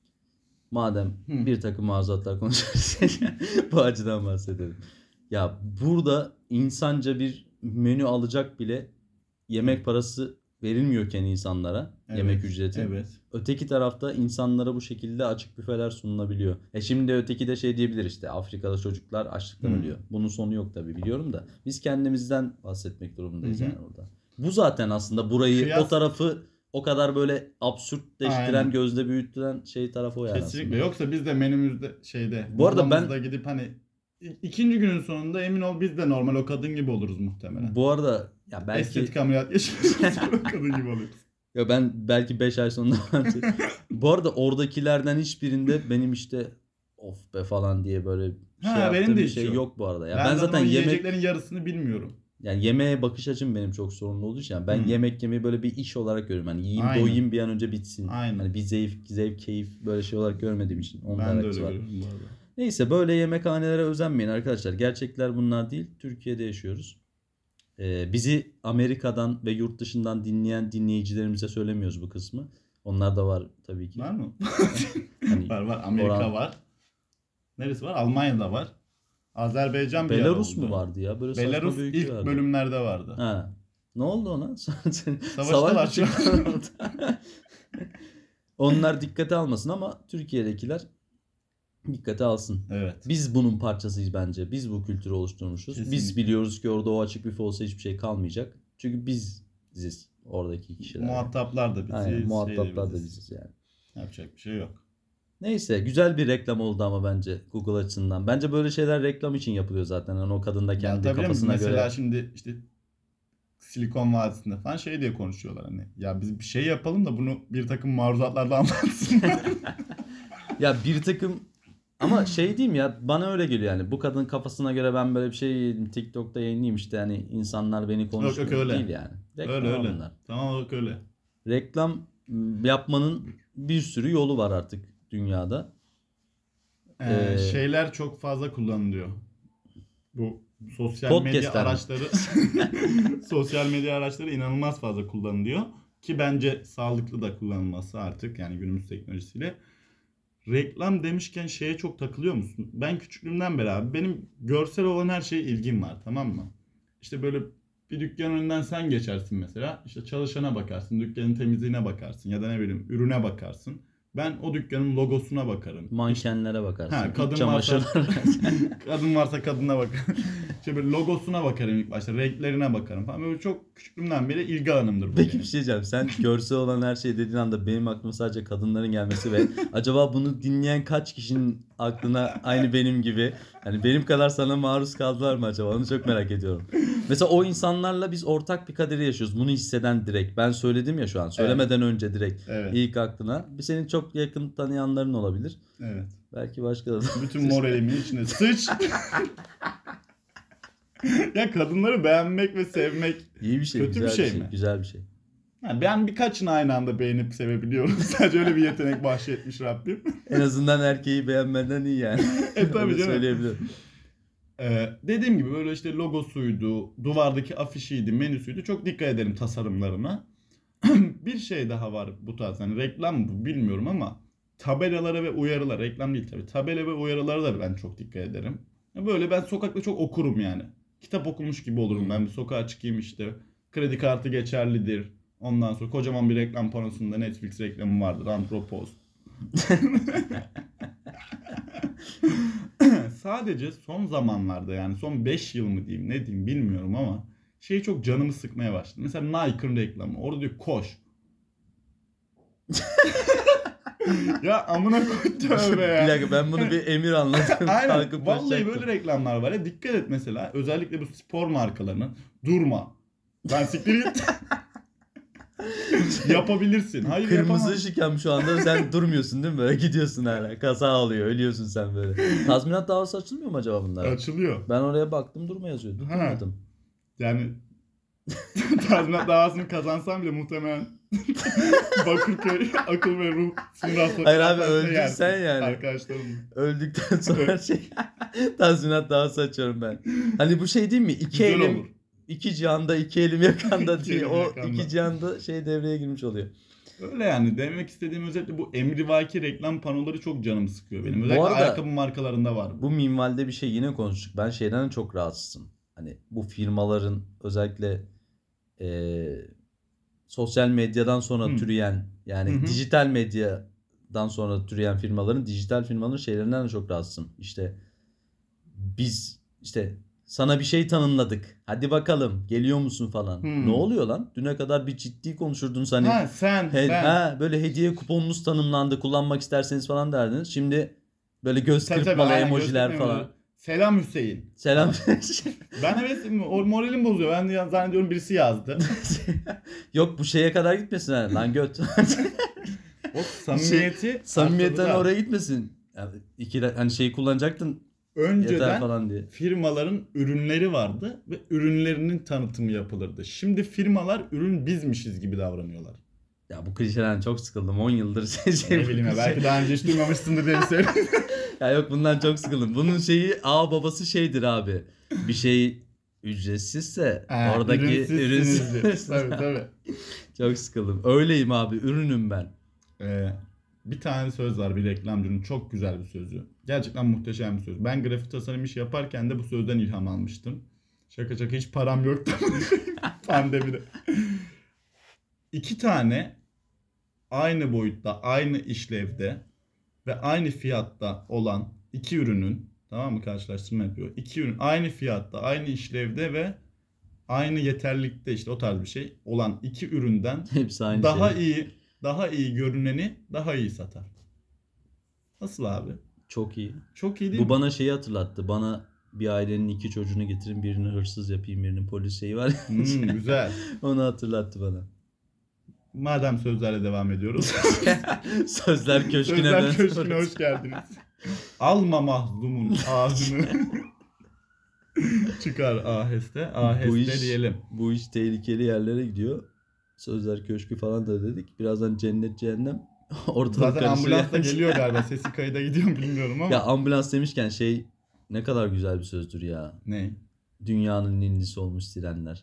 Madem Hı. bir takım mağazalar konuşuyoruz. Bu açıdan bahsedelim. Ya burada insanca bir menü alacak bile yemek parası verilmiyorken insanlara, Evet, yemek ücreti. Evet. Öteki tarafta insanlara bu şekilde açık büfeler sunulabiliyor. Şimdi öteki de şey diyebilir işte, Afrika'da çocuklar açlıktan Hı. ölüyor. Bunun sonu yok tabii, biliyorum da. Biz kendimizden bahsetmek durumundayız Hı hı. yani orada. Bu zaten aslında burayı, o tarafı o kadar böyle absürtleştiren, Aynen. gözde büyütülen şey tarafı o yani Kesinlikle. aslında. Yoksa biz de menümüzde şeyde, Bu arada molamızda gidip hani ikinci günün sonunda emin ol biz de normal o kadın gibi oluruz muhtemelen. Bu arada ya belki Estetik ameliyat geçiririz, o kadın gibi oluyoruz. ya ben belki 5 ay sonra bu arada oradakilerden hiçbirinde benim işte of be falan diye böyle şey Ha, yaptığım benim de bir hiç şey yok. yok bu arada. Ya Ben ben zaten zaten o yemek, yiyeceklerin yarısını bilmiyorum. yani yemeğe bakış açım benim çok sorunlu olduğu için yani ben Hı. yemek yemeyi böyle bir iş olarak görüyorum. Hani yiyeyim Aynen. doyayım bir an önce bitsin. Aynen. Hani bir zevk keyif böyle şey olarak görmediğim için onun Ben de alakası öyle var. görüyorum bu arada. Neyse, böyle yemekhanelere özenmeyin arkadaşlar. Gerçekler bunlar değil. Türkiye'de yaşıyoruz. Bizi Amerika'dan ve yurt dışından dinleyen dinleyicilerimize söylemiyoruz bu kısmı. Onlar da var tabii ki. Var mı? Hani Var. Amerika Oran- var. Neresi var? Almanya'da var. Azerbaycan bir yer Belarus oldu. mu vardı ya? Böyle saçma Belarus bir ülke ilk vardı. bölümlerde vardı. Ha. Ne oldu ona? Savaştılar Savaş şu mı an. çıktı orada? Onlar dikkate almasın ama Türkiye'dekiler dikkate alsın. Evet. Biz bunun parçasıyız bence. Biz bu kültürü oluşturmuşuz. Biz Kesinlikle. biliyoruz ki orada o açık büfe olsa hiçbir şey kalmayacak. Çünkü biziz oradaki kişiler. Muhataplar da biziz. Aynen, muhataplar da biziz. biziz yani. Yapacak bir şey yok. Neyse, güzel bir reklam oldu ama bence Google açısından. Bence böyle şeyler reklam için yapılıyor zaten. Hani o kadın da Ya kendi tabii canım, kafasına mesela göre. şimdi işte Silikon Vadisi'nde falan şey diye konuşuyorlar hani. Ya biz bir şey yapalım da bunu bir takım maruzatlarda anlatsınlar. Ya bir takım ama şey diyeyim ya, bana öyle geliyor yani. Bu kadın kafasına göre ben böyle bir şey TikTok'ta yayınlayayım işte, hani insanlar beni Yok konuşmuyor öyle. değil yani. Öyle Reklam öyle. bunlar. Tamam olarak öyle. Reklam yapmanın bir sürü yolu var artık dünyada. Şeyler çok fazla kullanılıyor. Bu sosyal medya Podcast'ler mi? araçları sosyal medya araçları inanılmaz fazla kullanılıyor ki bence sağlıklı da kullanılması artık yani günümüz teknolojisiyle. Reklam demişken şeye çok takılıyor musun? Ben küçüklüğümden beri abi benim görsel olan her şeye ilgim var, tamam mı? İşte böyle bir dükkanın önünden sen geçersin mesela. İşte çalışana bakarsın, dükkanın temizliğine bakarsın ya da ne bileyim ürüne bakarsın. Ben o dükkanın logosuna bakarım. İşte Mankenlere bakarsın. İç kadın varsa çamaşırlara. kadın varsa kadına bakarım. İşte böyle logosuna bakarım ilk başta, renklerine bakarım falan. Böyle çok küçüklüğümden beri ilgi alanımdır bu Peki benim. bir şey diyeceğim. Sen görsel olan her şey dediğin anda benim aklıma sadece kadınların gelmesi ve acaba bunu dinleyen kaç kişinin aklına aynı benim gibi, hani benim kadar sana maruz kaldılar mı acaba? Onu çok merak ediyorum. Mesela o insanlarla biz ortak bir kaderi yaşıyoruz. Bunu hisseden direkt. Ben söyledim ya şu an. Söylemeden önce direkt Evet. ilk aklına. Bir senin çok yakın tanıyanların olabilir. Evet. Belki başka da. Bütün moralimin içine sıç. Ya kadınları beğenmek ve sevmek İyi bir şey, kötü güzel bir şey bir şey, mi? güzel bir şey. Ha, ben birkaçını aynı anda beğenip sevebiliyorum. Sadece öyle bir yetenek bahşetmiş Rabbim. En azından erkeği beğenmeden iyi yani. Tabii Öyle canım. söyleyebilirim. Dediğim gibi böyle işte logosuydu, duvardaki afişiydi, menüsüydü. Çok dikkat ederim tasarımlarına. Bir şey daha var bu tarz. Hani reklam mı bu bilmiyorum ama tabelalara ve uyarılar, reklam değil tabii. Tabela ve uyarılara da ben çok dikkat ederim. Böyle ben sokakta çok okurum yani. Kitap okumuş gibi olurum ben. Bir sokağa çıkayım işte. Kredi kartı geçerlidir. Ondan sonra kocaman bir reklam panosunda Netflix reklamı vardır. Antropoz. Sadece son zamanlarda yani son 5 yıl mı diyeyim ne diyeyim bilmiyorum ama şey çok canımı sıkmaya başladı. Mesela Nike'ın reklamı. Orada diyor koş. Ya amına koy tövbe ya. Bir dakika, ben bunu bir emir anlatıyorum. Aynen. Kalkıp Vallahi koşacaktım. böyle reklamlar var ya. Dikkat et mesela. Özellikle bu spor markalarının durma. Ben siktir git. Yapabilirsin. Hayır Kırmızı yapamam. ışıkken şu anda sen durmuyorsun değil mi? Böyle gidiyorsun hala. Kaza alıyor. Ölüyorsun sen böyle. Tazminat davası açılmıyor mu acaba bunlar? Açılıyor. Ben oraya baktım, durma yazıyordu. Ha. Durmadım. Yani tazminat davasını kazansam bile muhtemelen Bakırköy Akıl ve Ruh Sinir Hastalığı Hayır abi, Hastanesi'ne öldün yersin. sen yani. Arkadaşlarım. Öldükten sonra tazminat davası açıyorum ben. Hani bu şey değil mi? İki Güzel elim, olur. iki cihanda, iki elim yakanda İki diye. elim O yakanda. iki cihanda şey devreye girmiş oluyor. Öyle yani demek istediğim özetle bu emrivaki reklam panoları çok canımı sıkıyor benim. Bu Özellikle arada- ayakkabı markalarında var. Bu minvalde bir şey yine konuştuk. Ben şeyden çok rahatsızım. Hani bu firmaların özellikle sosyal medyadan sonra türeyen, yani Hı hı. dijital medyadan sonra türeyen firmaların, dijital firmaların şeylerinden de çok rahatsızım. İşte biz işte sana bir şey tanımladık. Hadi bakalım geliyor musun falan. Ne oluyor lan? Düne kadar bir ciddi konuşurdunuz hani. Ha sen ben. Böyle hediye kuponunuz tanımlandı, kullanmak isterseniz falan derdiniz. Şimdi böyle göz Tabii, kırpmalı aynen, emojiler göstermiyor falan. böyle. Selam Hüseyin. Selam. Ben evet o moralim bozuyor. Ben de zannediyorum birisi yazdı. Yok, bu şeye kadar gitmesin hani. Lan göt. O samimiyeti Samimiyetten arttırdılar. oraya gitmesin. Yani hani şeyi kullanacaktın yeter Önceden falan diye. firmaların ürünleri vardı ve ürünlerinin tanıtımı yapılırdı. Şimdi firmalar ürün bizmişiz gibi davranıyorlar. Ya bu klişeden çok sıkıldım. 10 yıldır Ne bileyim ya belki daha önce hiç duymamışsındır diye söylüyorum. Ya yok, bundan çok sıkıldım. Bunun şeyi babası şeydir abi. Bir şey ücretsizse oradaki ürünsüzsünüzdür. Tabii. Çok sıkıldım. Öyleyim abi. Ürünüm ben. Bir tane söz var bir reklamcının çok güzel bir sözü. Gerçekten muhteşem bir söz. Ben grafik tasarım işi yaparken de bu sözden ilham almıştım. Şaka hiç param yoktu pandemide. İki tane aynı boyutta, aynı işlevde ve aynı fiyatta olan iki ürünün, tamam mı, karşılaştırma yapıyor. İki ürün aynı fiyatta, aynı işlevde ve aynı yeterlilikte, işte o tarz bir şey olan iki üründen Hepsi aynı daha iyi görüneni daha iyi satar. Nasıl abi? Çok iyi. Çok iyi değil Bu mi? bana şeyi hatırlattı. Bana bir ailenin 2 çocuğunu getirin, birini hırsız yapayım, birini polis şeyi var. Güzel. Onu hatırlattı bana. Madem sözlerle devam ediyoruz. Sözler Köşkü'ne Sözler dön. Köşkü'ne hoş geldiniz. Alma mahzumun ağzını. Çıkar aheste. Aheste diyelim. Bu iş tehlikeli yerlere gidiyor. Sözler Köşkü falan da dedik. Birazdan cennet cehennem ortalık Zaten karışıyor. ambulans da geliyor galiba. Sesi kayda gidiyor mu bilmiyorum ama. Ya ambulans demişken şey ne kadar güzel bir sözdür ya. Ne? Dünyanın ninnisi olmuş sirenler.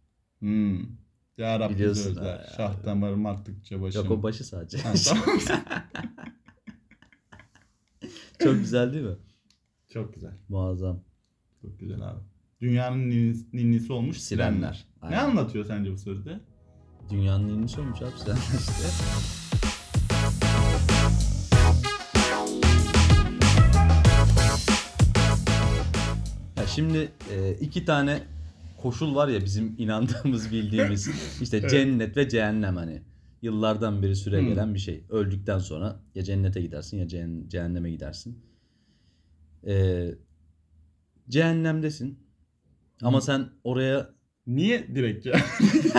Ya Rabbi Biliyorsun sözler. ha. Şah damarım arttıkça başım. Yok o başı sadece. Ha, tamam. Çok güzel değil mi? Çok güzel. Muazzam. Çok güzel abi. Dünyanın ninnisi olmuş sirenler. Sirenler. Ne Aynen. anlatıyor sence bu sözde? Dünyanın ninnisi olmuş abi sirenler işte. Ya şimdi 2 tane koşul var ya bizim inandığımız bildiğimiz işte Evet. cennet ve cehennem hani yıllardan beri süre gelen bir şey. Öldükten sonra ya cennete gidersin ya cehenneme gidersin. Cehennemdesin ama sen oraya Niye direkt ya?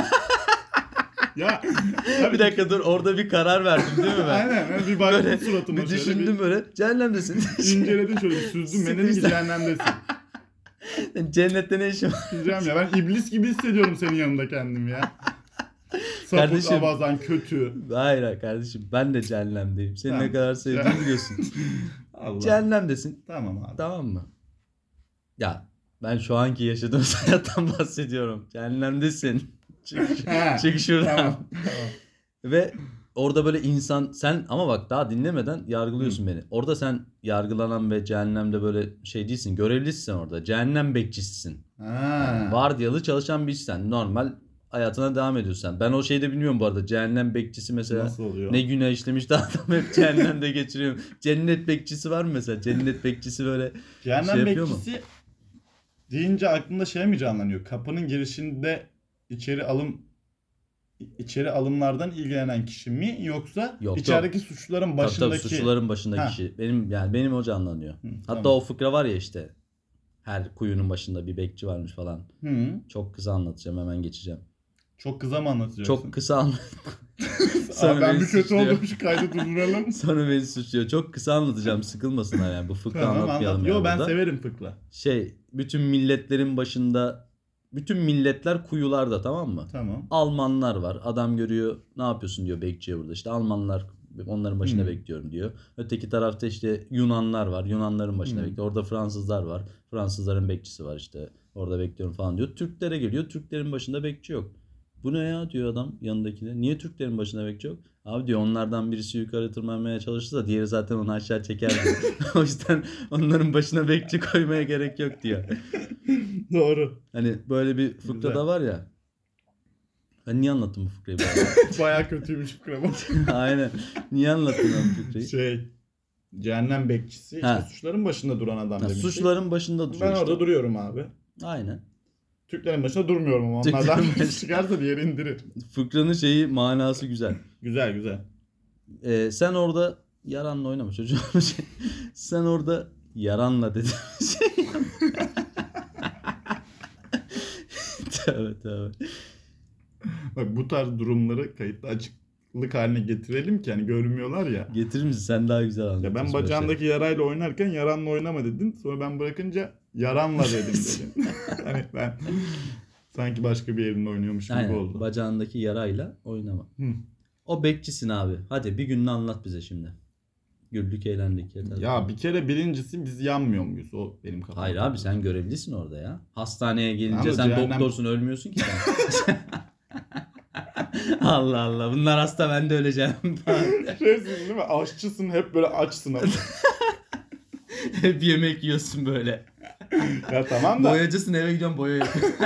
Ya bir dakika dur orada bir karar verdim değil mi ben? aynen bir baktım Böyle suratıma bir şöyle düşündüm böyle cehennemdesin. inceledim şöyle bir süzdüm. Ben dedim ki cehennemdesin. Cennette ne işin var? Diyeceğim ya ben iblis gibi hissediyorum senin yanında kendimi ya. Sapık, Kardeşim. abazan, kötü. Hayır kardeşim ben de cehennemdeyim. Seni Tamam. ne kadar sevdiğimi biliyorsun. Allah. Cehennemdesin. Tamam abi. Tamam mı? Ya ben şu anki yaşadığım hayattan bahsediyorum. Cehennemdesin. Ha, Çık şuradan. Tamam. Ve orada böyle insan sen ama bak daha dinlemeden yargılıyorsun beni. Orada sen yargılanan ve cehennemde böyle şey değilsin. Görevlisin sen orada. Cehennem bekçisisin. Ha. Vardiyalı çalışan bir sen. Normal hayatına devam ediyorsun sen. Ben o şeyi de bilmiyorum bu arada. Cehennem bekçisi mesela Nasıl oluyor? ne günah işlemiş de adam hep cehennemde geçiriyor. Cennet bekçisi var mı mesela? Cennet bekçisi böyle Cehennem şey yapıyor mu? bekçisi deyince aklımda şey mi canlanıyor? Kapının girişinde içeri alımlardan ilgilenen kişi mi yoksa Yok, içerideki suçluların tabii başındaki suçluların başındaki Ha. kişi. Benim o canlanıyor. Hatta tamam. o fıkra var ya işte. Her kuyunun başında bir bekçi varmış falan. Hı. Çok kısa anlatacağım hemen geçeceğim. Çok kısa mı anlatacaksın? Çok kısa Abi ben beni bir kötü suçluyor. oldum şu kaydı durduralım. Sonra beni suçluyor. Çok kısa anlatacağım sıkılmasınlar yani. Bu fıkra Tamam anlatmayalım anlat. yani Yo ben burada. severim fıkra. Bütün milletlerin başında bütün milletler kuyularda tamam mı? Tamam. Almanlar var. Adam görüyor ne yapıyorsun diyor bekçiye burada. İşte Almanlar onların başında bekliyorum diyor. Öteki tarafta işte Yunanlar var. Yunanların başında bekliyor. Orada Fransızlar var. Fransızların bekçisi var işte. Orada bekliyorum falan diyor. Türklere geliyor. Türklerin başında bekçi yok. Bu ne ya diyor adam yanındakine. Niye Türklerin başında bekçi yok? Abi diyor onlardan birisi yukarı tırmanmaya çalışırsa diğeri zaten onu aşağı çeker diyor. O yüzden onların başına bekçi koymaya gerek yok diyor. Doğru. Hani böyle bir fıkra Güzel. da var ya. Ben niye anlattım bu fıkrayı bu arada? Baya kötüymüş fıkra bu. Aynen. Niye anlattın ben bu fıkrayı? Cehennem bekçisi Ha. işte suçların başında duran adam Ha, demiştik. suçluların başında duruyor Ben işte. orada duruyorum abi. Aynen. Türklerin başında durmuyorum ama Türklerin onlardan başında- birisi çıkarsa diğeri indirir. Fıkranın şeyi manası güzel. Güzel güzel. Sen orada yaranla oynama çocuğum. Sen orada yaranla dedim. Tövbe. Bak bu tarz durumları kayıtlı açıklık haline getirelim ki hani görünmüyorlar ya. Getirir misin? Sen daha güzel anlatıyorsun. Ya ben böyle bacağındaki yarayla oynarken yaranla oynama dedin. Sonra ben bırakınca yaranla dedim dedin. Hani ben sanki başka bir yerinde oynuyormuş gibi Aynen. oldu. Bacağındaki yarayla oynama. Hı. O bekçisin abi. Hadi bir gününü anlat bize şimdi. Güldük eğlendik yeter. Ya bir kere birincisi biz yanmıyor muyuz? O benim kafamda. Hayır abi sen görevlisin orada ya. Hastaneye gelince Ama sen cehennem- doktorsun ölmüyorsun ki sen. Allah Allah bunlar hasta ben de öleceğim. Şeysin değil mi? Aşçısın hep böyle açsın ama. Hep yemek yiyorsun böyle. Ya tamam da. Boyacısın eve gidiyorsun boya yapıyorsun.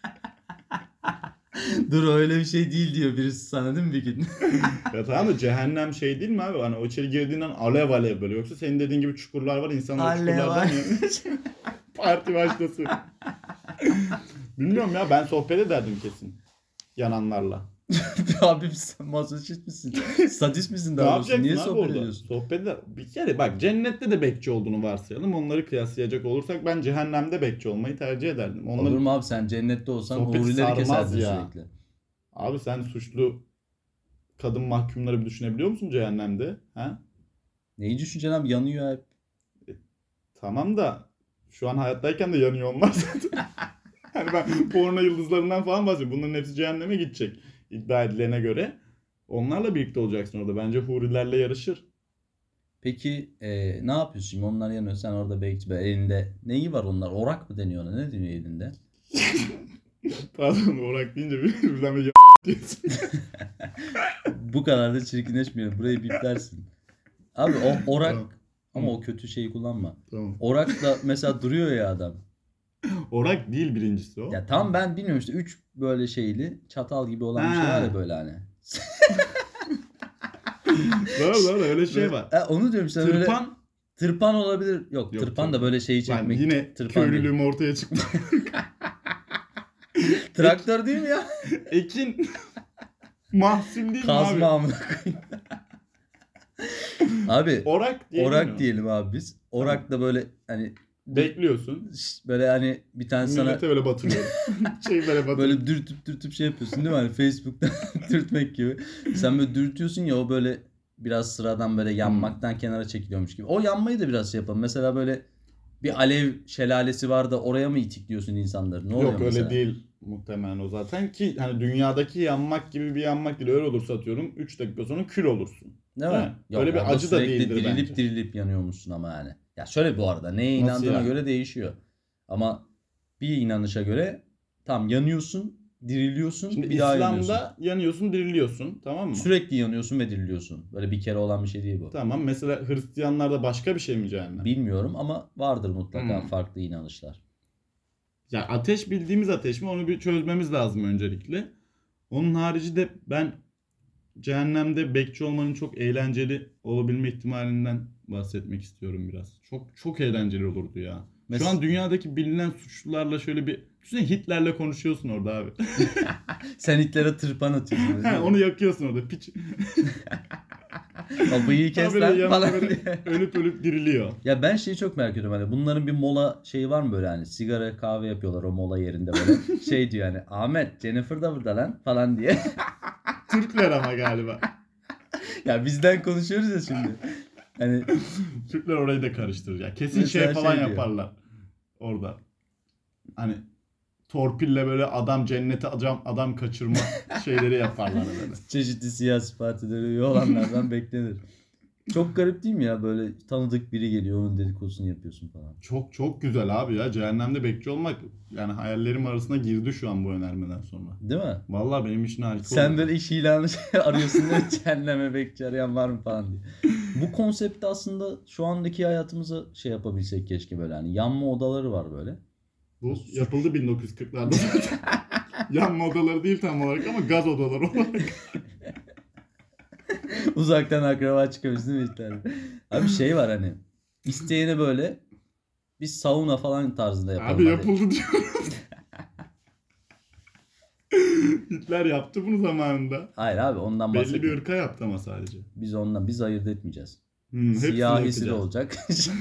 Dur öyle bir şey değil diyor birisi sana değil mi bir gün? Ya tamam da cehennem şey değil mi abi? Hani o içeri girdiğinden alev alev böyle. Yoksa senin dediğin gibi çukurlar var. İnsanlar Alev çukurlardan alev. yani. Parti başlasın. Bilmiyorum ya ben sohbet ederdim kesin. Yananlarla. Abi sen mazoşist misin? Sadist misin Ne daha doğrusu? yapacaksın Niye abi sohbet orada? ediyorsun? Sohbette bir kere bak cennette de bekçi olduğunu varsayalım. Onları kıyaslayacak olursak ben cehennemde bekçi olmayı tercih ederdim. Olur Onların mu abi, sen cennette olsan sohbeti hurileri sarmaz keserdin ya. sürekli. Abi sen suçlu kadın mahkumları bir düşünebiliyor musun cehennemde? Ha? Neyi düşüneceksin abi, yanıyor hep. Tamam da şu an hayattayken de yanıyor onlar zaten. Hani ben porno yıldızlarından falan bahsediyorum. Bunların hepsi cehenneme gidecek iddia edilene göre. Onlarla birlikte olacaksın orada. Bence hurilerle yarışır. Peki ne yapıyorsun şimdi, onlar yanıyor, sen orada bekçi, böyle elinde neyi var onlar, orak mı deniyor ona, ne deniyor elinde? Pardon orak deyince birden bir diyorsun. Bu kadar da çirkinleşmiyor, burayı biplersin. Abi o orak, Tamam. ama Hı. o kötü şeyi kullanma. Tamam. Orakla mesela duruyor ya adam. Orak değil birincisi o. Ya tam ben bilmiyorum işte, 3 böyle şeyli çatal gibi olan bir şey var ya Ha. böyle hani. Doğru öyle şey var. Onu diyorum, sen öyle Tırpan. tırpan olabilir. Yok, Yok, tırpan da tırpan. böyle şeyi Ben çekmek. yine Tırpan değil. köylülüğüm ortaya çıktı. Traktör değil mi ya? Ekin. Mahsul değil mi Kazma abi? amına koyayım. Abi Orak diye orak diyelim abi biz. Orak da böyle hani bekliyorsun. böyle hani bir tane sana Millete böyle batırıyorum. Şey böyle batırıyorum. böyle dürtüp şey yapıyorsun değil mi? Hani Facebook'tan dürtmek gibi. Sen böyle dürtüyorsun ya, o böyle biraz sıradan böyle yanmaktan kenara çekiliyormuş gibi. O yanmayı da biraz şey yapalım. Mesela böyle bir alev şelalesi var da oraya mı itikliyorsun insanları? Ne oluyor Yok öyle mesela? değil muhtemelen o zaten ki hani dünyadaki yanmak gibi bir yanmak değil. Öyle olursa atıyorum 3 dakika sonra kül olursun. Değil mi? Yok, Öyle bir orada acı da sürekli değildir dirilip bence. dirilip yanıyormuşsun ama yani. Ya şöyle, bu arada neye Nasıl inandığına yani? göre değişiyor. Ama bir inanışa göre tam yanıyorsun, diriliyorsun, Şimdi bir daha yanıyorsun. İslam'da yanıyorsun, diriliyorsun, tamam mı? Sürekli yanıyorsun ve diriliyorsun. Böyle bir kere olan bir şey değil bu. Tamam. Mesela Hristiyanlarda başka bir şey mi cehennem? Bilmiyorum ama vardır mutlaka Hmm. farklı inanışlar. Ya ateş bildiğimiz ateş mi? Onu bir çözmemiz lazım öncelikle. Onun harici de ben cehennemde bekçi olmanın çok eğlenceli olabilme ihtimalinden bahsetmek istiyorum biraz. Çok çok eğlenceli olurdu ya. Şu an dünyadaki bilinen suçlularla şöyle bir... Düşünsene Hitler'le konuşuyorsun orada abi. Sen Hitler'e tırpan atıyorsun. Ha, onu yakıyorsun orada piç. O bıyığı kes Böyle lan yanında falan böyle diye. ölüp diriliyor. Ya ben şeyi çok merak ediyorum, hani bunların bir mola şeyi var mı böyle, hani sigara kahve yapıyorlar o mola yerinde böyle. Şey diyor hani, Ahmet Jennifer da burada lan falan diye. Türkler ama galiba. Ya bizden konuşuyoruz ya şimdi. Hani Türkler orayı da karıştırır ya. Kesin Mesela şey falan şey diyor. yaparlar orada. Hani torpille böyle adam cennete adam kaçırma şeyleri yaparlar böyle. çeşitli siyasi partilere üye olanlardan beklenir. Çok garip değil mi ya, böyle tanıdık biri geliyor onun dedikodusunu yapıyorsun falan. Çok çok güzel abi ya. Cehennemde bekçi olmak yani hayallerim arasına girdi şu an bu önermeden sonra. Değil mi? Vallahi benim için harika Sen oldu. böyle iş ilanı arıyorsun da cehenneme bekçi arayan var mı falan diye. Bu konsepti aslında şu andaki hayatımıza şey yapabilsek keşke, böyle hani yanma odaları var böyle. Bu yapıldı 1940'larda zaten. Yanma odaları değil tam olarak ama gaz odaları olarak. Uzaktan akraba çıkıyoruz değil mi işte? Abi şey var hani, isteyene böyle bir sauna falan tarzında yapalım. Abi hadi. yapıldı diyorum. Hitler yaptı bunu zamanında. Hayır abi, ondan Belli bir bahsetmiyorum. ırka yaptı ama sadece. Biz ayırt etmeyeceğiz. Hepsini Siyahisi de yapacağız. olacak.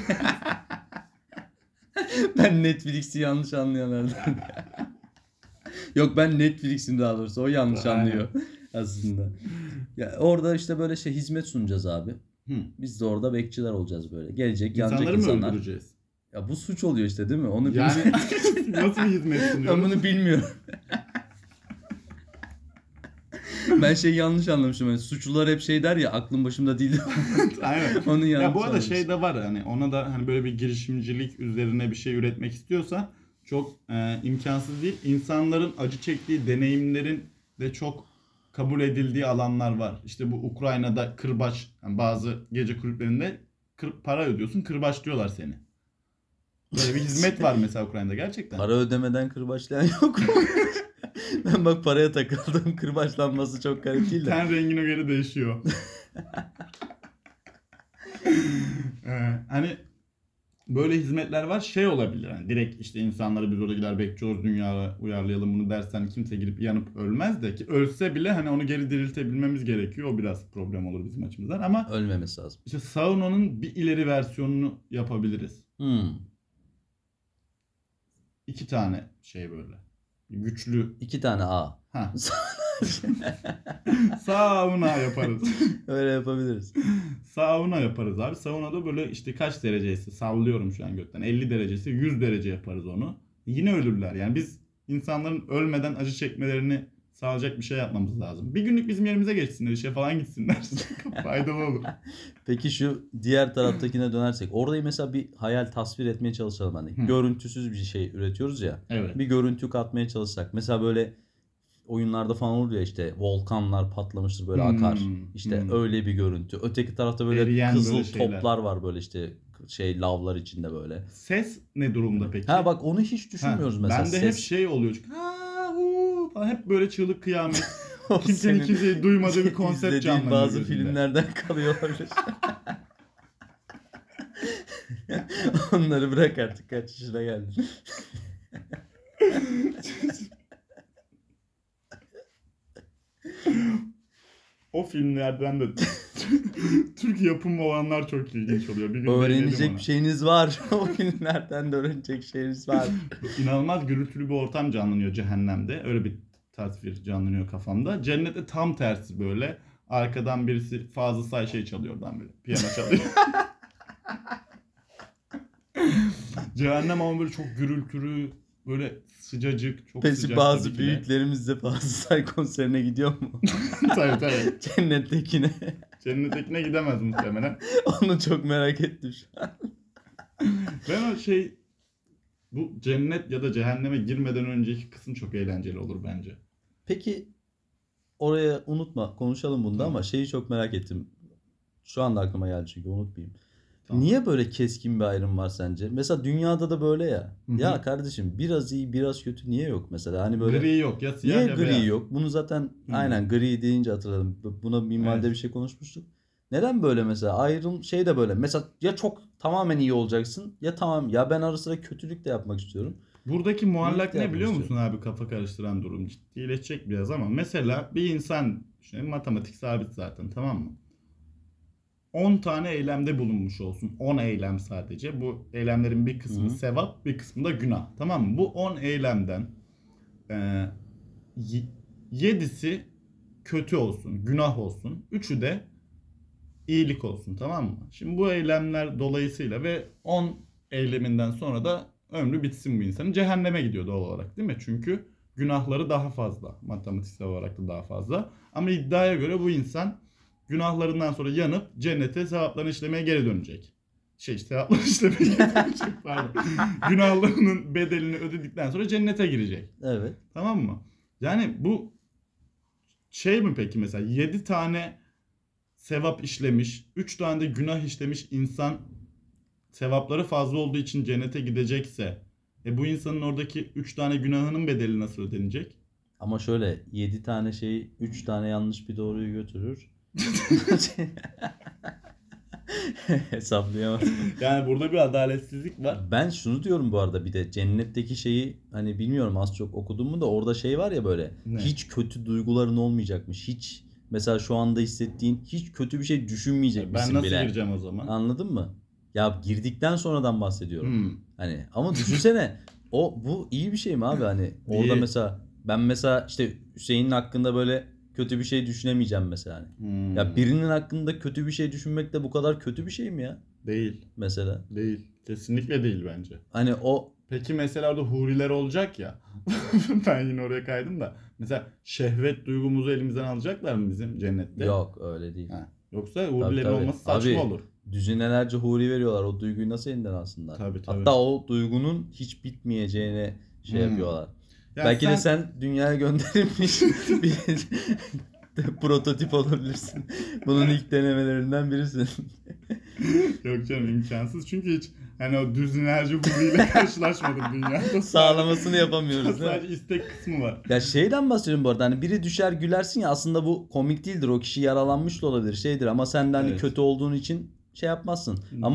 Ben Netflix'i yanlış anlayanlardan. Yok, ben Netflix'im daha doğrusu. O yanlış Aynen. anlıyor aslında. Ya orada işte böyle şey hizmet sunacağız abi. Hı. Biz de orada bekçiler olacağız böyle. Gelecek, yanacak İnsanları mı insanlar. öldüreceğiz? Ya bu suç oluyor işte değil mi? Onu Yani bilmiyorum. nasıl bir hizmet Ben sunuyoruz? bunu bilmiyorum. Ben şey yanlış anlamışım. Yani suçlular hep şey der ya, aklım başımda değil. Aynen. Onu yanlış Ya bu arada anlamışım. şey de var hani ona da hani böyle bir girişimcilik üzerine bir şey üretmek istiyorsa çok imkansız değil. İnsanların acı çektiği deneyimlerin de çok kabul edildiği alanlar var. İşte bu Ukrayna'da kırbaç, yani bazı gece kulüplerinde para ödüyorsun, kırbaçlıyorlar seni. Böyle bir hizmet var mesela Ukrayna'da gerçekten. Para ödemeden kırbaçlayan yok mu? Ben bak paraya takıldım. Kırbaçlanması çok garip değil de. Ten rengine göre değişiyor. Hani böyle hizmetler var. Şey olabilir. Yani direkt işte insanları biz orada gider bekliyoruz dünyaya uyarlayalım bunu dersen kimse girip yanıp ölmez de ki ölse bile hani onu geri diriltebilmemiz gerekiyor. O biraz problem olur bizim açımızdan ama Ölmemesi lazım. işte saunanın bir ileri versiyonunu yapabiliriz. 2 tane şey böyle. Güçlü. 2 tane A. Ha. Sauna yaparız. Öyle yapabiliriz. Sauna yaparız abi. Saunada böyle işte kaç dereceyse sallıyorum şu an gökten. 50 derecesi 100 derece yaparız onu. Yine ölürler. Yani biz insanların ölmeden acı çekmelerini sağlayacak bir şey yapmamız lazım. Bir günlük bizim yerimize geçsinler, işe falan gitsinler. Faydalı olur. Peki şu diğer taraftakine dönersek. Orayı mesela bir hayal tasvir etmeye çalışalım. Hani görüntüsüz bir şey üretiyoruz ya. Evet. Bir görüntü katmaya çalışsak. Mesela böyle oyunlarda falan olur ya işte volkanlar patlamıştır böyle akar. İşte öyle bir görüntü. Öteki tarafta böyle Eriyen kızıl böyle şeyler. toplar var böyle işte şey lavlar içinde böyle. Ses ne durumda peki? Ha bak onu hiç düşünmüyoruz mesela. Bende hep şey oluyor çünkü falan hep böyle çığlık kıyamet. O Kimsenin senin kimseyi duymadığı bir konsept izlediğin canlanıyor bazı gözümde. filmlerden kalıyor olabilir. Onları bırak artık kaç yaşına geldin. O filmlerden de Türk yapımı olanlar çok ilginç oluyor. Bir gün Öğrenecek değinelim bir şeyiniz var. O filmlerden de öğrenecek şeyiniz var. ona. İnanılmaz gürültülü bir ortam canlanıyor cehennemde. Öyle bir tasvir canlanıyor kafamda. Cennette tam tersi böyle. Arkadan birisi Fazıl Say şey çalıyor oradan böyle. Piyano çalıyor. Cehennem ama böyle çok gürültülü, böyle sıcacık, çok Peki sıcak bazı tabii ki de. büyüklerimiz de Fazıl Say konserine gidiyor mu? Tabii. Cennettekine. Cennettekine gidemez muhtemelen. Onu çok merak ettim şu an. Ben o bu cennet ya da cehenneme girmeden önceki kısım çok eğlenceli olur bence. Peki oraya unutma konuşalım bunda Tamam. ama şeyi çok merak ettim. Şu anda aklıma geldi çünkü unutmayayım. Tamam. Niye böyle keskin bir ayrım var sence? Mesela dünyada da böyle ya. Hı. Ya kardeşim biraz iyi biraz kötü niye yok mesela? Hani böyle Gri yok ya siyah niye ya gri beyaz. yok? Bunu zaten aynen gri deyince hatırladım. Buna minvalde Evet. bir şey konuşmuştuk. Neden böyle mesela? Ayrım şey de böyle. Mesela ya çok tamamen iyi olacaksın ya tamam ya ben ara sıra kötülük de yapmak istiyorum. Buradaki muallak İyilik de ne biliyor yapmak musun abi, kafa karıştıran durum, ciddileşecek biraz ama mesela bir insan düşünelim, matematik sabit zaten, tamam mı? 10 tane eylemde bulunmuş olsun. 10 eylem sadece. Bu eylemlerin bir kısmı Hı. sevap, bir kısmı da günah. Tamam mı? Bu 10 eylemden 7'si kötü olsun, günah olsun. 3'ü de iyilik olsun, tamam mı? Şimdi bu eylemler dolayısıyla ve 10 eyleminden sonra da ömrü bitsin bu insanın. Cehenneme gidiyor doğal olarak, değil mi? Çünkü günahları daha fazla. Matematiksel olarak da daha fazla. Ama iddiaya göre bu insan günahlarından sonra yanıp cennete sevaplarını işlemeye geri dönecek. Sevaplarını işlemeye geri dönecek, pardon. Günahlarının bedelini ödedikten sonra cennete girecek. Evet. Tamam mı? Yani bu şey mi peki, mesela 7 tane sevap işlemiş, 3 tane de günah işlemiş insan sevapları fazla olduğu için cennete gidecekse bu insanın oradaki 3 tane günahının bedeli nasıl ödenecek? Ama şöyle 7 tane şey 3 tane yanlış bir doğruyu götürür. Hesaplayamadım. Yani burada bir adaletsizlik var. Ben şunu diyorum bu arada bir de cennetteki şeyi hani bilmiyorum az çok okudum mu da orada şey var ya böyle Ne? hiç kötü duyguların olmayacakmış. Hiç mesela şu anda hissettiğin hiç kötü bir şey düşünmeyecekmişsin Ben nasıl bile. gireceğim o zaman? Anladın mı? Ya girdikten sonradan bahsediyorum. Hmm. Hani ama düşünsene bu iyi bir şey mi abi hani orada İyi. mesela ben mesela işte Hüseyin'in hakkında böyle kötü bir şey düşünemeyeceğim mesela hani. Ya birinin hakkında kötü bir şey düşünmek de bu kadar kötü bir şey mi ya Değil. mesela? Değil. Kesinlikle değil bence. Hani o Peki mesela orada huriler olacak ya. Ben yine oraya kaydım da. Mesela şehvet duygumuzu elimizden alacaklar mı bizim cennette? yok öyle değil. Ha. Yoksa hurilerin tabii. olması saçma Abi, olur. Düzinelerce huri veriyorlar. O duyguyu nasıl elinden alsınlar? Tabii. Hatta o duygunun hiç bitmeyeceğine şey yapıyorlar. Ya Belki de sen dünyaya gönderilmiş bir prototip olabilirsin. Bunun ilk denemelerinden birisin. Yok canım, imkansız çünkü hiç hani o düz enerji huriyle karşılaşmadım dünyada. Sağlamasını yapamıyoruz değil mi? Sadece istek kısmı var. Ya şeyden bahsediyorum bu arada hani biri düşer gülersin ya aslında bu komik değildir. O kişi yaralanmış da olabilir şeydir ama sen de hani Evet. kötü olduğun için şey yapmazsın. Ama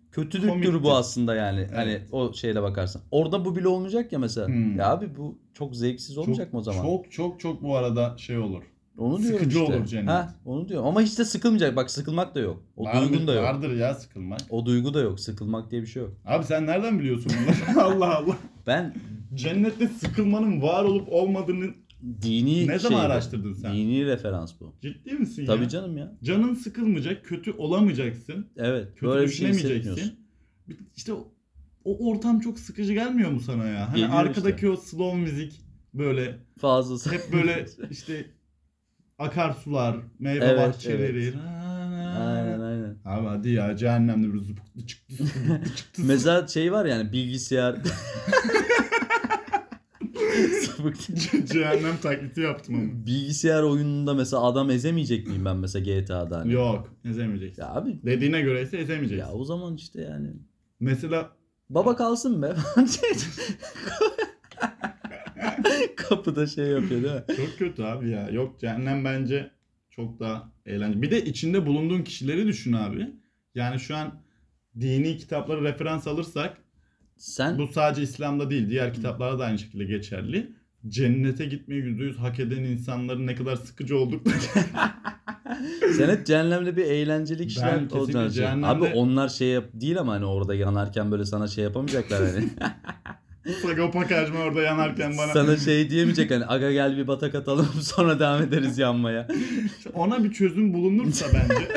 kötülüktür Komiktir. bu aslında yani. Evet. Hani o şeyle bakarsan. Orada bu bile olmayacak ya mesela. Hmm. Ya abi bu çok zevksiz olmayacak mı o zaman? Çok bu arada şey olur. Onu diyorum Sıkıcı işte. olur cennet. Ha, onu diyorum. Ama hiç de sıkılmayacak. Bak sıkılmak da yok. O duygun da yok. Vardır ya sıkılmak. O duygu da yok. Sıkılmak diye bir şey yok. Abi sen nereden biliyorsun bunları? Allah Allah. Ben Cennette sıkılmanın var olup olmadığını dini ne zaman şeydi. araştırdın sen? Dini referans bu. Ciddi misin ya? Tabii canım ya. Canın sıkılmayacak, kötü olamayacaksın. Evet. Kötü Böyle bir şey hissetmiyorsun. düşünemeyeceksin. İşte o ortam çok sıkıcı gelmiyor mu sana ya? Hani Geliyor arkadaki işte. o slow müzik böyle Fazlası. hep böyle işte akarsular, meyve Evet, bahçeleri. Aynen. Abi hadi ya cehennemde bir zıpıktı çıktı çıktı. Mesela şey var yani bilgisayar. Cehennem taklidi yaptım ama. Bilgisayar oyununda mesela adam ezemeyecek miyim ben mesela GTA'da hani? Yok ezemeyeceksin. Ya abi Dediğine göre ise ezemeyeceksin. ya o zaman işte yani. Mesela Baba kalsın be. Kapıda şey yapıyor değil mi? çok kötü abi ya. Yok cehennem bence çok daha eğlenceli. Bir de içinde bulunduğun kişileri düşün abi. Yani şu an dini kitapları referans alırsak Sen bu sadece İslam'da değil diğer kitaplarda da aynı şekilde geçerli. Cennete gitmeyi %100 hak eden insanların ne kadar sıkıcı oldukları. sen hep cehennemde bir eğlenceli Ben kişiler kesinlikle olacaksın. cehennemde- Abi onlar şey değil ama hani orada yanarken böyle sana şey yapamayacaklar hani. Sagopa Kajmer orada yanarken bana. Sana şey diyemeyecek hani aga gel bir batak atalım sonra devam ederiz yanmaya. Ona bir çözüm bulunursa bence.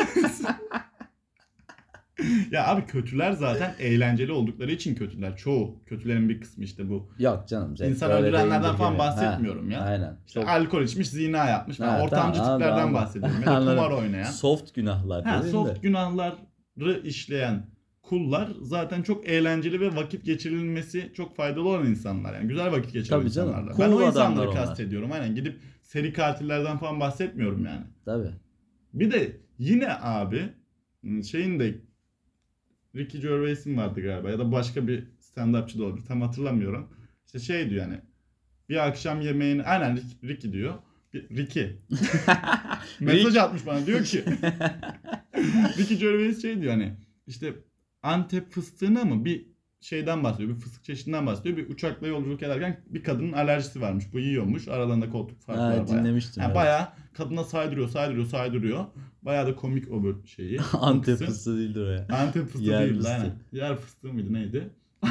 Ya abi kötüler zaten eğlenceli oldukları için kötüler. Çoğu kötülerin bir kısmı işte bu. Yok canım. İnsan öyle öldürenlerden değildir falan gibi. bahsetmiyorum Ha, ya. Aynen. İşte Çok- alkol içmiş, zina yapmış falan. Ha, Ortamcı tamam, tiplerden anladım. bahsediyorum. Ya da Anladım. kumar oynayan. Soft günahlar Ha, değil soft de. günahları işleyen kullar zaten çok eğlenceli ve vakit geçirilmesi çok faydalı olan insanlar. Yani güzel vakit geçiren Tabii canım. insanlar. Cool Ben o adamlar insanları onlar. kastediyorum. Aynen gidip seri katillerden falan bahsetmiyorum yani. Tabii. Bir de yine abi şeyin de Ricky Gervais'in vardı galiba ya da başka bir stand-upçı da olabilir. Tam hatırlamıyorum. İşte şey diyor yani bir akşam yemeğini aynen Ricky diyor. Ricky. Mesaj atmış bana diyor ki Ricky Gervais şey diyor hani işte Antep fıstığına mı bir şeyden bahsediyor. Bir fıstık çeşidinden bahsediyor. Bir uçakla yolculuk ederken bir kadının alerjisi varmış. Bu yiyormuş. Aralarında koltuk farkı var Ha, bayağı. dinlemiştim. Yani evet. bayağı kadına saydırıyor. Bayağı da komik o böyle şeyi. Antep kısım. fıstığı değildir o ya. Antep fıstığı Yer değil fıstığı. lan. Yer fıstığı mıydı neydi?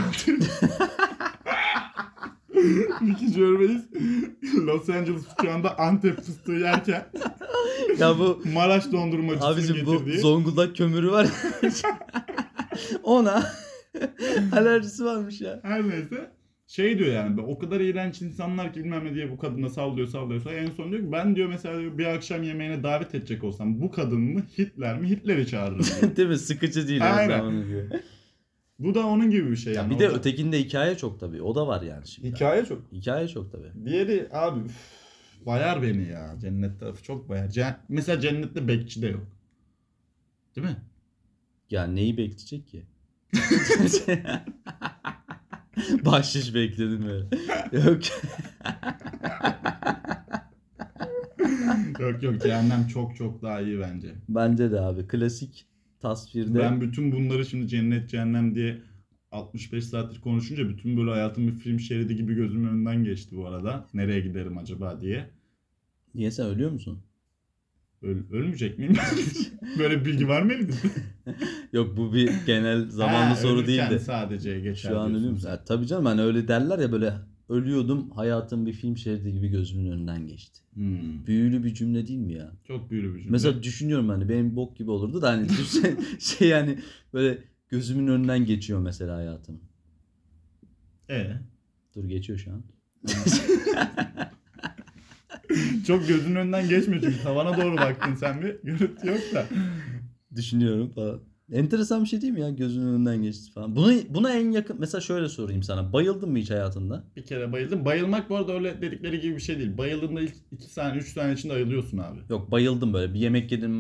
Ricky Gervais Los Angeles uçağında Antep fıstığı yerken Ya bu Maraş dondurmacısının abicim bu getirdiği. Zonguldak kömürü var. Ona alerjisi varmış ya. Her neyse şey diyor yani o kadar iğrenç insanlar ki bilmem ne diye bu kadına sallıyor. Sonra en son diyor ki ben diyor mesela diyor, bir akşam yemeğine davet edecek olsam bu kadın mı Hitler mi Hitler'i çağırırım diyor. Değil mi? Sıkıcı değil. Aynen. Aynen. Onun gibi. Bu da onun gibi bir şey Ya yani. bir de Orada- ötekinde hikaye çok tabii. O da var yani şimdi. Hikaye çok. Hikaye çok tabii. Diğeri abi bayar beni ya. Cennet tarafı çok bayar. Mesela cennette bekçi de yok. Değil mi? Ya neyi bekleyecek ki? Bahşiş bekledim böyle. Yok. Yok cehennem çok daha iyi bence. Bence de abi. Klasik tasvirde. Ben bütün bunları şimdi cennet cehennem diye 65 saattir konuşunca bütün böyle hayatım bir film şeridi gibi gözümün önünden geçti bu arada. Nereye giderim acaba diye. Niye sen ölüyor musun? Ölmeyecek miyim? Böyle bir bilgi var mı elinizde? Yok bu bir genel zamanlı soru ölürken değil de. sadece geçer Şu an diyorsun ölüyor musun? sen. Ya, tabii canım hani öyle derler ya böyle ölüyordum hayatım bir film şeridi gibi gözümün önünden geçti. Büyülü bir cümle değil mi ya? Çok büyülü bir cümle. Mesela düşünüyorum hani benim bok gibi olurdu da hani şey yani böyle gözümün önünden geçiyor mesela hayatım. Dur geçiyor şu an. Çok gözünün önünden geçmiyor çünkü tavana doğru baktın sen bir görüntü yok da. Düşünüyorum falan. Enteresan bir şey değil mi ya gözünün önünden geçti falan. Buna en yakın mesela şöyle sorayım sana. Bayıldın mı hiç hayatında? Bir kere bayıldım. Bayılmak bu arada öyle dedikleri gibi bir şey değil. Bayıldığında ilk 2 saniye 3 saniye içinde ayılıyorsun abi. Yok bayıldım böyle bir yemek yedim.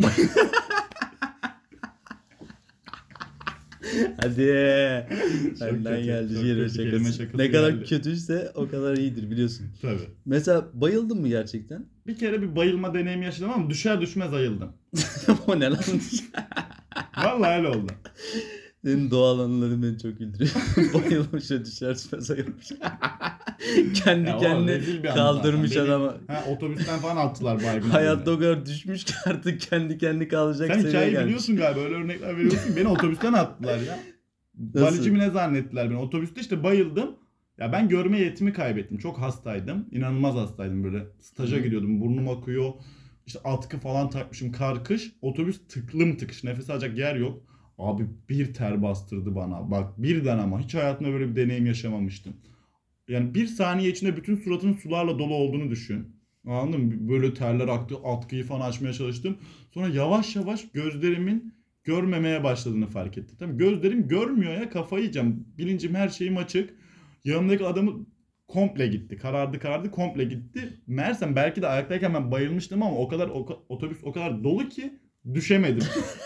Hadi. Benden kötü, geldi çok şiir kötü kelime şakası. şakası Ne kadar geldi. kötüyse o kadar iyidir biliyorsun. Tabii. Mesela bayıldın mı gerçekten? Bir kere bir bayılma deneyimi yaşadım ama düşer düşmez ayıldım. O ne lan? Vallahi öyle oldu. Senin doğal anıların beni çok güldürüyor. Bayılmışa düşerse ayılmış. Kendi Ya o kendini rezil bir anı kaldırmış zaten. Beni- adama. Otobüsten falan attılar baygın Hayatta o haline. kadar düşmüş ki artık kendi kendi kalacak Sen seviyeye hikayeyi gelmiş. biliyorsun galiba. Öyle örnekler veriyorsun. Beni otobüsten attılar ya. Nasıl? Balicimi ne zannettiler beni. Otobüste işte bayıldım. Ya ben görme yetimi kaybettim. Çok hastaydım. İnanılmaz hastaydım böyle. Staja Hı. gidiyordum. Burnum akıyor. İşte atkı falan takmışım. Kar kış. Otobüs tıklım tıkış. Nefes alacak yer yok. Abi bir ter bastırdı bana. Bak birden ama. Hiç hayatımda böyle bir deneyim yaşamamıştım. Yani bir saniye içinde bütün suratının sularla dolu olduğunu düşün. Anladın mı? Böyle terler aktı. Atkıyı falan açmaya çalıştım. Sonra yavaş yavaş gözlerimin görmemeye başladığını fark ettim. Tabii gözlerim görmüyor ya, kafayı yiyeceğim. Bilincim, her şeyim açık. Yanımdaki adamı komple gitti. Karardı komple gitti. Meğersem belki de ayaktayken ben bayılmıştım ama otobüs o kadar dolu ki düşemedim.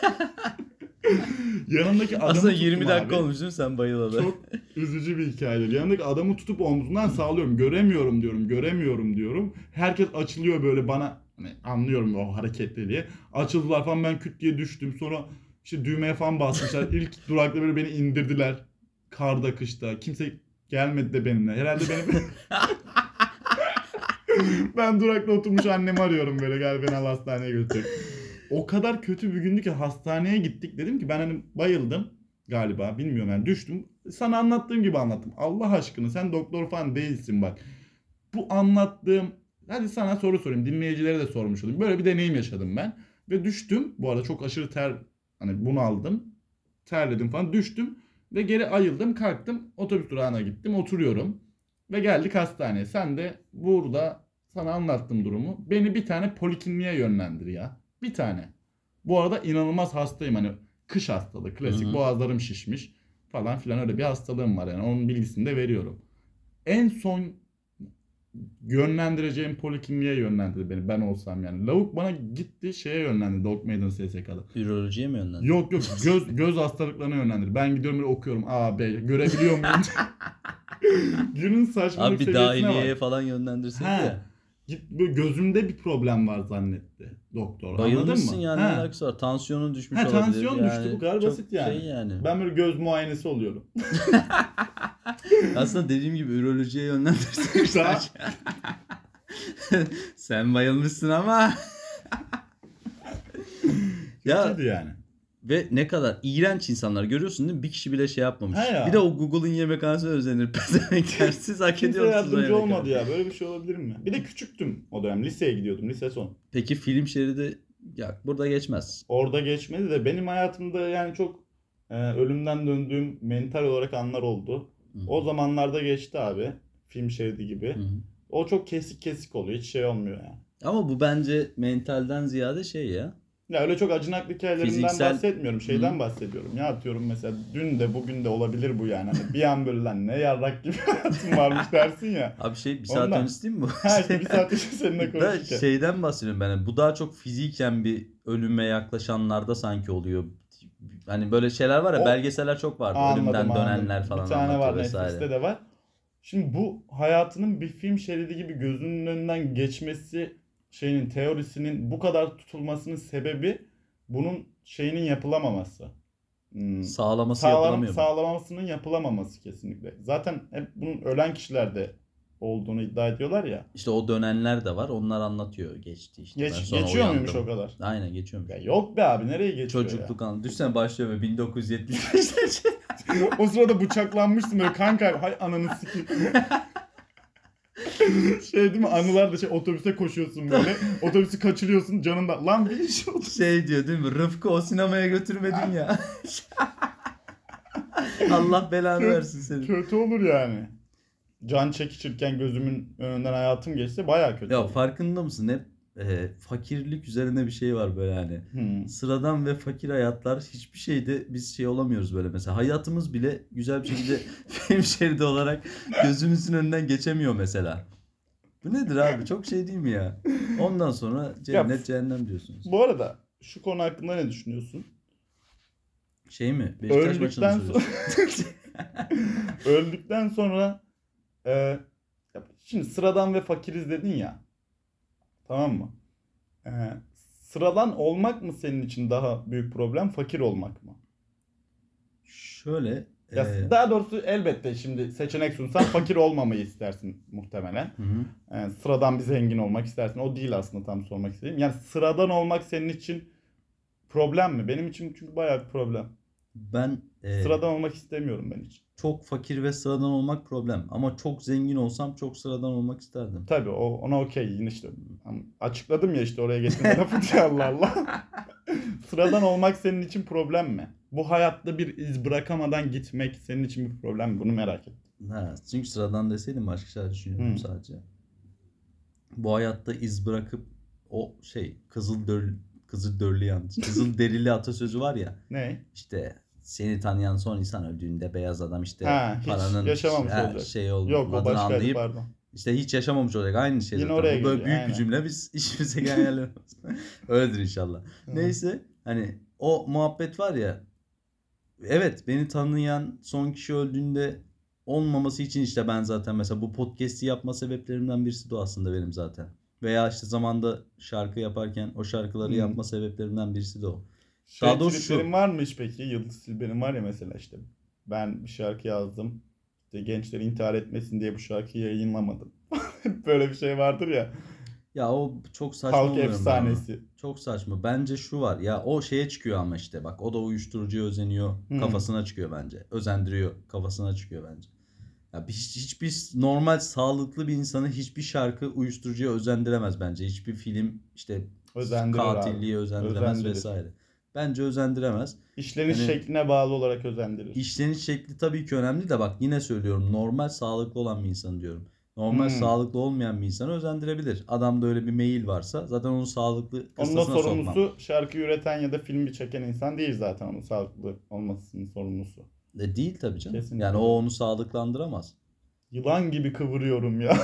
Yanımdaki adamı Aslında tuttum 20 dakika abi. olmuş değil mi sen bayılalı? Çok üzücü bir hikayedir. Yanındaki adamı tutup omzundan sağlıyorum. Göremiyorum diyorum. Göremiyorum diyorum. Herkes açılıyor böyle bana. Hani anlıyorum o hareketleri diye. Açıldılar falan, ben küt diye düştüm. Sonra işte düğmeye falan basmışlar. İlk durakta böyle beni indirdiler. Karda kışta. Kimse gelmedi de benimle. Herhalde beni ben durakta oturmuş annemi arıyorum böyle, gel beni al hastaneye götür. O kadar kötü bir gündü ki hastaneye gittik. Dedim ki ben hani bayıldım galiba, bilmiyorum yani, düştüm. Sana anlattığım gibi anlattım. Allah aşkına sen doktor falan değilsin bak. Bu anlattığım, hadi sana soru sorayım, dinleyicilere de sormuş olayım. Böyle bir deneyim yaşadım ben. Ve düştüm. Bu arada çok aşırı hani bunaldım. Terledim falan, düştüm. Ve geri ayıldım, kalktım. Otobüs durağına gittim, oturuyorum. Ve geldik hastaneye. Sen de burada sana anlattım durumu. Beni bir tane polikliniğe yönlendir ya. Bir tane. Bu arada inanılmaz hastayım, hani kış hastalığı, Hı klasik, hı. boğazlarım şişmiş falan filan, öyle bir hastalığım var yani, onun bilgisini de veriyorum. En son yönlendireceğim polikliniğe yönlendirdi beni, ben olsam yani. Lavuk bana gitti şeye yönlendirdi, Ok Meydanı SSK'da. Ürolojiye mi yönlendin? Yok yok, göz hastalıklarına yönlendirdi. Ben gidiyorum böyle okuyorum, A B görebiliyor muyum? Günün saçmalık Abi bir seviyesine dahiliyeye bak. falan yönlendirseydi Ha. ya. Git böyle, gözümde bir problem var zannetti doktor. Anladın Bayılmışsın mı? ya, ne Ha. alakası var? Tansiyonun düşmüş Ha, olabilir. tansiyon düştü, bu Yani kadar çok basit yani. şey yani. Ben böyle göz muayenesi oluyorum. Aslında dediğim gibi ürolojiye yönlendirsin. Daha Sen bayılmışsın ama. Ya kötüydü yani. ve ne kadar iğrenç insanlar görüyorsun değil mi? Bir kişi bile şey yapmamış. Ha ya. Bir de o Google'ın yemekhanesine özenir. Pezevenkler, siz hak Kimse ediyor musunuz o yardımcı yemekhane? olmadı ya. Böyle bir şey olabilir mi? Bir de küçüktüm o dönem. Liseye gidiyordum. Lise son. Peki film şeridi ya burada geçmez. Orada geçmedi de benim hayatımda yani çok ölümden döndüğüm mental olarak anlar oldu. Hı hı. O zamanlarda geçti abi. Film şeridi gibi. Hı hı. O çok kesik kesik oluyor. Hiç şey olmuyor yani. Ama bu bence mentalden ziyade şey ya. Ya öyle çok acınaklı hikayelerinden Fiziksel. bahsetmiyorum. Hı. Şeyden bahsediyorum. Ya atıyorum mesela, dün de bugün de olabilir bu yani. Hani bir an böyle lan ne yarrak gibi hayatım varmış dersin ya. Abi şey bir saat Ondan. öncesi değil mi bu? Ha işte bir saat önce seninle Da konuşurken. şeyden bahsediyorum ben. Bu daha çok fiziken bir ölüme yaklaşanlarda sanki oluyor. Hani böyle şeyler var ya, O belgeseller çok vardı. Ölümden anladım dönenler anladım. Bir falan tane anlatıyor var, Netflix'te vesaire. de var. Şimdi bu hayatının bir film şeridi gibi gözünün önünden geçmesi şeyinin, teorisinin bu kadar tutulmasının sebebi bunun şeyinin yapılamaması. Sağlaması yapılamıyor mu? Sağlamasının yapılamaması kesinlikle. Zaten hep bunun ölen kişilerde olduğunu iddia ediyorlar ya. İşte o dönenler de var. Onlar anlatıyor. Geçti işte. Ben sonra Geçiyor muymuş uyandım. o kadar? Aynen geçiyormuş. Ya yok be abi, nereye geçiyor Çocukluk anı. Düşsene başlıyor ve 1975'te. ya? O sırada bıçaklanmışsın böyle, kanka hay ananı sikeyim. Şey değil mi, anılar da şey, otobüse koşuyorsun böyle. Otobüsü kaçırıyorsun canında. Lan bir iş oldu. Şey diyor değil mi? Rıfkı o sinemaya götürmedin ya. Allah belanı versin seni. Kötü olur yani. Can çekişirken gözümün önünden hayatım geçse baya kötü Ya olur. farkında mısın? Hep fakirlik üzerine bir şey var böyle hani. Sıradan ve fakir hayatlar, hiçbir şeyde biz şey olamıyoruz böyle mesela. Hayatımız bile güzel bir şekilde film şeridi olarak gözümüzün önünden geçemiyor mesela. Bu nedir abi? Çok şey değil mi ya? Ondan sonra cennet cehennem diyorsunuz. Bu arada şu konu hakkında ne düşünüyorsun? Şey mi? Beşiktaş maçını Öldükten mı sonra söylüyorsun? öldükten sonra e, şimdi sıradan ve fakiriz dedin ya. Tamam mı? E, Sıradan olmak mı senin için daha büyük problem, fakir olmak mı? Şöyle Ya daha doğrusu elbette şimdi seçenek sunsan fakir olmamayı istersin muhtemelen. hı hı. Yani sıradan bir zengin olmak istersin. O değil aslında tam sormak istediğim. Yani sıradan olmak senin için problem mi? Benim için çünkü bayağı bir problem. Ben Sıradan olmak istemiyorum ben hiç. çok fakir ve sıradan olmak problem. Ama çok zengin olsam çok sıradan olmak isterdim. Tabii ona okey yine işte. Açıkladım ya işte oraya getirme lafı diye Allah Allah. Sıradan olmak senin için problem mi? Bu hayatta bir iz bırakamadan gitmek senin için bir problem mi? Bunu merak ettim. Ha, çünkü sıradan deseydim başka şeyler düşünüyordum Hı. sadece. Bu hayatta iz bırakıp o kızıl dörlü yalnız. Kızıl derili atasözü var ya. Ne? İşte seni tanıyan son insan öldüğünde beyaz adam işte Ha, hiç paranın yaşamamış olacak. şey Yok o olmadığını başkaydı anlayıp pardon. işte hiç yaşamamış olacak. Aynı şey Yine zaten. oraya Bu böyle geliyor, büyük bir aynen. cümle. Biz işimize gelen yerler öyledir inşallah. Hı. Neyse hani o muhabbet var ya. Evet, beni tanıyan son kişi öldüğünde olmaması için işte ben zaten mesela bu podcast'i yapma sebeplerimden birisi de o aslında benim zaten. Veya işte zamanda şarkı yaparken o şarkıları Hı. yapma sebeplerimden birisi de o. Şey Daha doğrusu triplerin şu. var mı hiç peki? Yıldız Tilbe'nin var ya mesela işte. Ben bir şarkı yazdım. İşte gençler intihar etmesin diye bu şarkıyı yayınlamadım. Böyle bir şey vardır ya. Ya o çok saçma Halk buluyorum ben onu. efsanesi. Çok saçma. Bence şu var. Ya o şeye çıkıyor ama işte bak o da uyuşturucuya özeniyor. Hmm. Kafasına çıkıyor bence. Özendiriyor. Kafasına çıkıyor bence. Ya hiçbir normal sağlıklı bir insanı hiçbir şarkı uyuşturucuya özendiremez bence. Hiçbir film işte Özendirir abi. katilliğe özendiremez Özendirir. vesaire. Bence özendiremez. İşleniş Hani şekline bağlı olarak özendirir. işleniş şekli tabii ki önemli de bak yine söylüyorum normal sağlıklı olan bir insan diyorum. Normal Hmm. sağlıklı olmayan bir insanı özendirebilir. Adamda öyle bir meyil varsa zaten onu sağlıklı Onun da kıstasına sokmam. sorumlusu şarkı üreten ya da filmi çeken insan değil zaten onun sağlıklı olmasının sorumlusu. Değil tabii canım. Kesinlikle Yani o değil. onu sağlıklandıramaz. Yılan gibi kıvırıyorum ya.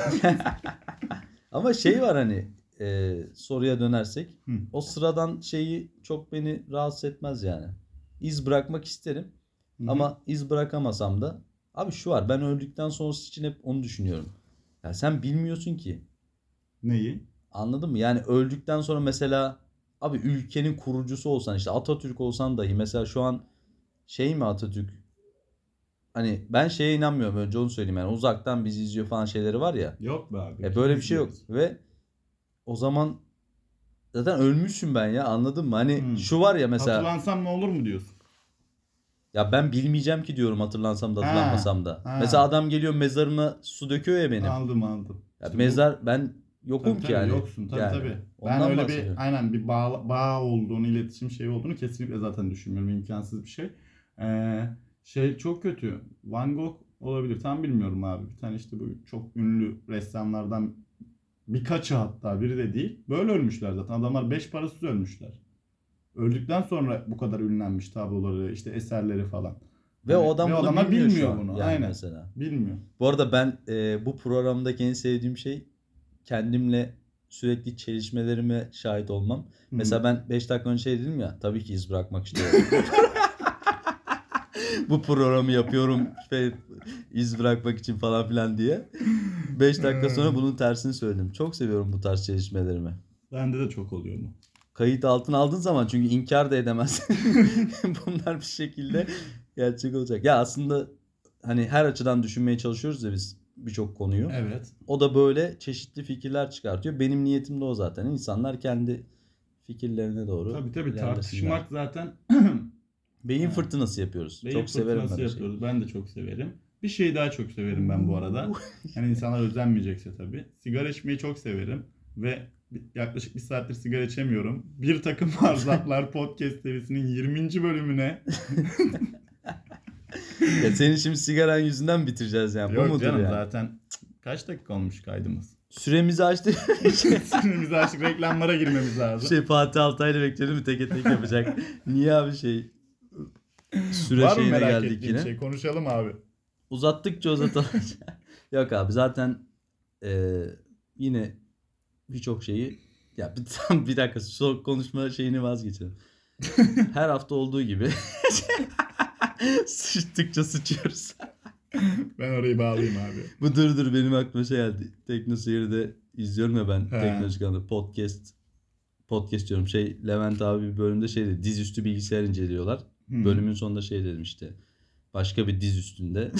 Ama şey var hani soruya dönersek Hı. o sıradan şeyi çok beni rahatsız etmez yani. İz bırakmak isterim Hı hı. ama iz bırakamasam da abi şu var ben öldükten sonrası için hep onu düşünüyorum. Ya sen bilmiyorsun ki. Neyi? Anladın mı? Yani öldükten sonra mesela abi ülkenin kurucusu olsan işte Atatürk olsan dahi mesela şu an şey mi Atatürk? Hani ben şeye inanmıyorum önce onu söyleyeyim yani uzaktan bizi izliyor falan şeyleri var ya. Yok be abi. Böyle Kim bir şey yok izliyoruz? ve o zaman zaten ölmüşüm ben ya anladın mı? Hani Hmm. şu var ya mesela Hatırlansam ne olur mu diyorsun? ya ben bilmeyeceğim ki diyorum hatırlansam da Ha, hatırlanmasam da. Mesela ha. adam geliyor mezarıma su döküyor ya benim. Aldım. Ya İşte bu mezar ben yokum ki tabii yani. yoksun Yani tabii. Ben ondan öyle bir bahsediyorum. aynen bir bağ olduğunu, iletişim şeyi olduğunu kesinlikle zaten düşünmüyorum. İmkansız bir şey. Şey çok kötü. Van Gogh olabilir. Tam bilmiyorum abi. Bir tane işte bu çok ünlü ressamlardan birkaçı hatta biri de değil. Böyle ölmüşler zaten. Adamlar beş parasız ölmüşler. Öldükten sonra bu kadar ünlenmiş tabloları, işte eserleri falan. Ve o Ve adam o bunu adamlar bilmiyor şu bilmiyor an bunu. yani Aynen. mesela. Bilmiyor. Bu arada ben bu programdaki en sevdiğim şey kendimle sürekli çelişmelerime şahit olmam. Hı. Mesela ben 5 dakika önce şey dedim ya tabii ki iz bırakmak istiyorum. Bu programı yapıyorum ve iz bırakmak için falan filan diye. 5 dakika sonra bunun tersini söyledim. Çok seviyorum bu tarz çelişmelerimi. Bende de çok oluyor mu? Kayıt altına aldığın zaman çünkü inkar da edemezsin. Bunlar bir şekilde gerçek olacak. Ya aslında hani her açıdan düşünmeye çalışıyoruz ya biz birçok konuyu. Evet. O da böyle çeşitli fikirler çıkartıyor. Benim niyetim de o zaten. İnsanlar kendi fikirlerine doğru Tabii ilerlesinler. tartışmak zaten Beyin ha, fırtınası yapıyoruz. beyin Çok severim fırtınası böyle şeyi. yapıyoruz. Ben de çok severim. Bir şey daha çok severim ben bu arada. Yani insanlar özenmeyecekse tabii. Sigara içmeyi çok severim. Ve yaklaşık bir saattir sigara içemiyorum. Bir takım Marzatlar podcast serisinin 20. bölümüne. Ya senin şimdi sigaran yüzünden bitireceğiz yani. Bu Yok mudur canım yani? zaten kaç dakika olmuş kaydımız? Süremizi açtık. Süremizi açtık, reklamlara girmemiz lazım. Fatih Altaylı bekledim mi teke tek yapacak. Niye abi süre Var mı şeyine merak geldik ettiğin yine. şey? Konuşalım abi. Uzattıkça uzatalım. Yok abi zaten yine birçok şeyi ya bir dakika son konuşma şeyini vazgeçelim. Her hafta olduğu gibi sıçtıkça sıçıyoruz. Ben orayı bağlayayım abi. Bu dur benim aklıma şey geldi. Teknoseyir'de izliyorum ya ben He. teknoloji kanalı podcast diyorum Levent abi bir bölümde dizüstü bilgisayar inceliyorlar. Hı. Bölümün sonunda dedim işte Başka bir diz üstünde.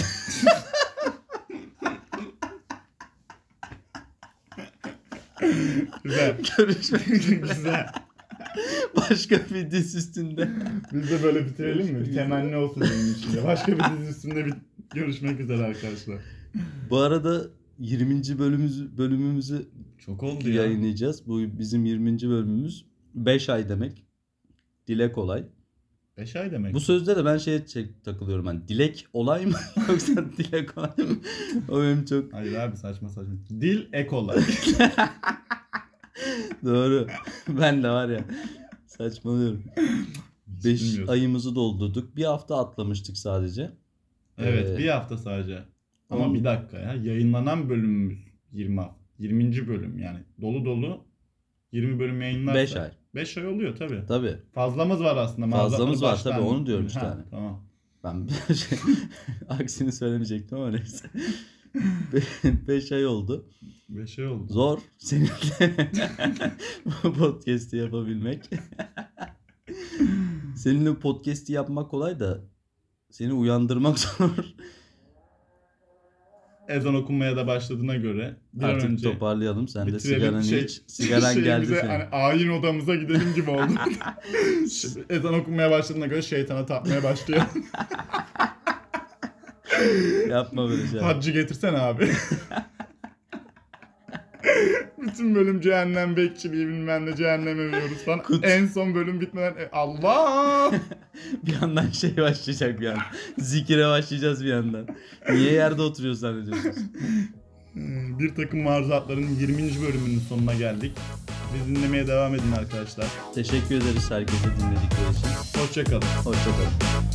Güzel. Görüşmek üzere. Güzel. Başka bir diz üstünde. Biz de böyle bitirelim mi? Temenni olsun benim için de. Başka bir dizi üstünde bir görüşmek üzere arkadaşlar. Bu arada 20. bölümümüzü Çok oldu ya. yayınlayacağız. Bu bizim 20. bölümümüz. 5 ay demek. Dile kolay. 5 ay demek. Bu sözde de ben takılıyorum. Hani dilek olay mı yoksa dilek kolay mı? O benim çok Hayır abi, saçma saçma. Dil ek olay. doğru. Ben de var ya saçmalıyorum. Hiç 5 bilmiyorsun. ayımızı doldurduk. Bir hafta atlamıştık sadece. Evet, bir hafta sadece. Ama Onun- bir dakika ya. Yayınlanan bölümümüz 20. bölüm yani. Dolu dolu 20 bölüm yayınlarsa. 5 ay. 5 ay oluyor tabii. Tabii. Fazlamız var aslında. Fazlamız var, Baştan- tabii, onu diyorum işte Ha, yani. Tamam. Ben aksini söylemeyecektim ama neyse. 5 ay oldu. 5 ay oldu. Zor seninle bu podcast'i yapabilmek. Seninle podcast'i yapmak kolay da seni uyandırmak zor. Ezan okunmaya da başladığına göre bir an Artık önce toparlayalım. Sen de bitirelim. sigaranı iç. Sigaran geldi şeyimize, senin. hani ayin odamıza gidelim gibi oldu. Ezan okunmaya başladığına göre şeytana tapmaya başlıyor. Yapma böyle şey. Haccı getirsene abi. Bütün bölüm cehennem bekçiliği bilmem ne, cehenneme veriyoruz falan. En son bölüm bitmeden Allah! Bir yandan şey başlayacak bir yandan. Zikire başlayacağız bir yandan. Niye yerde oturuyorsun zannediyorsunuz? Bir takım maruzatların 20. bölümünün sonuna geldik. Biz dinlemeye devam edin arkadaşlar. Teşekkür ederiz herkese dinledikleri için. Hoşçakalın. Hoşçakalın.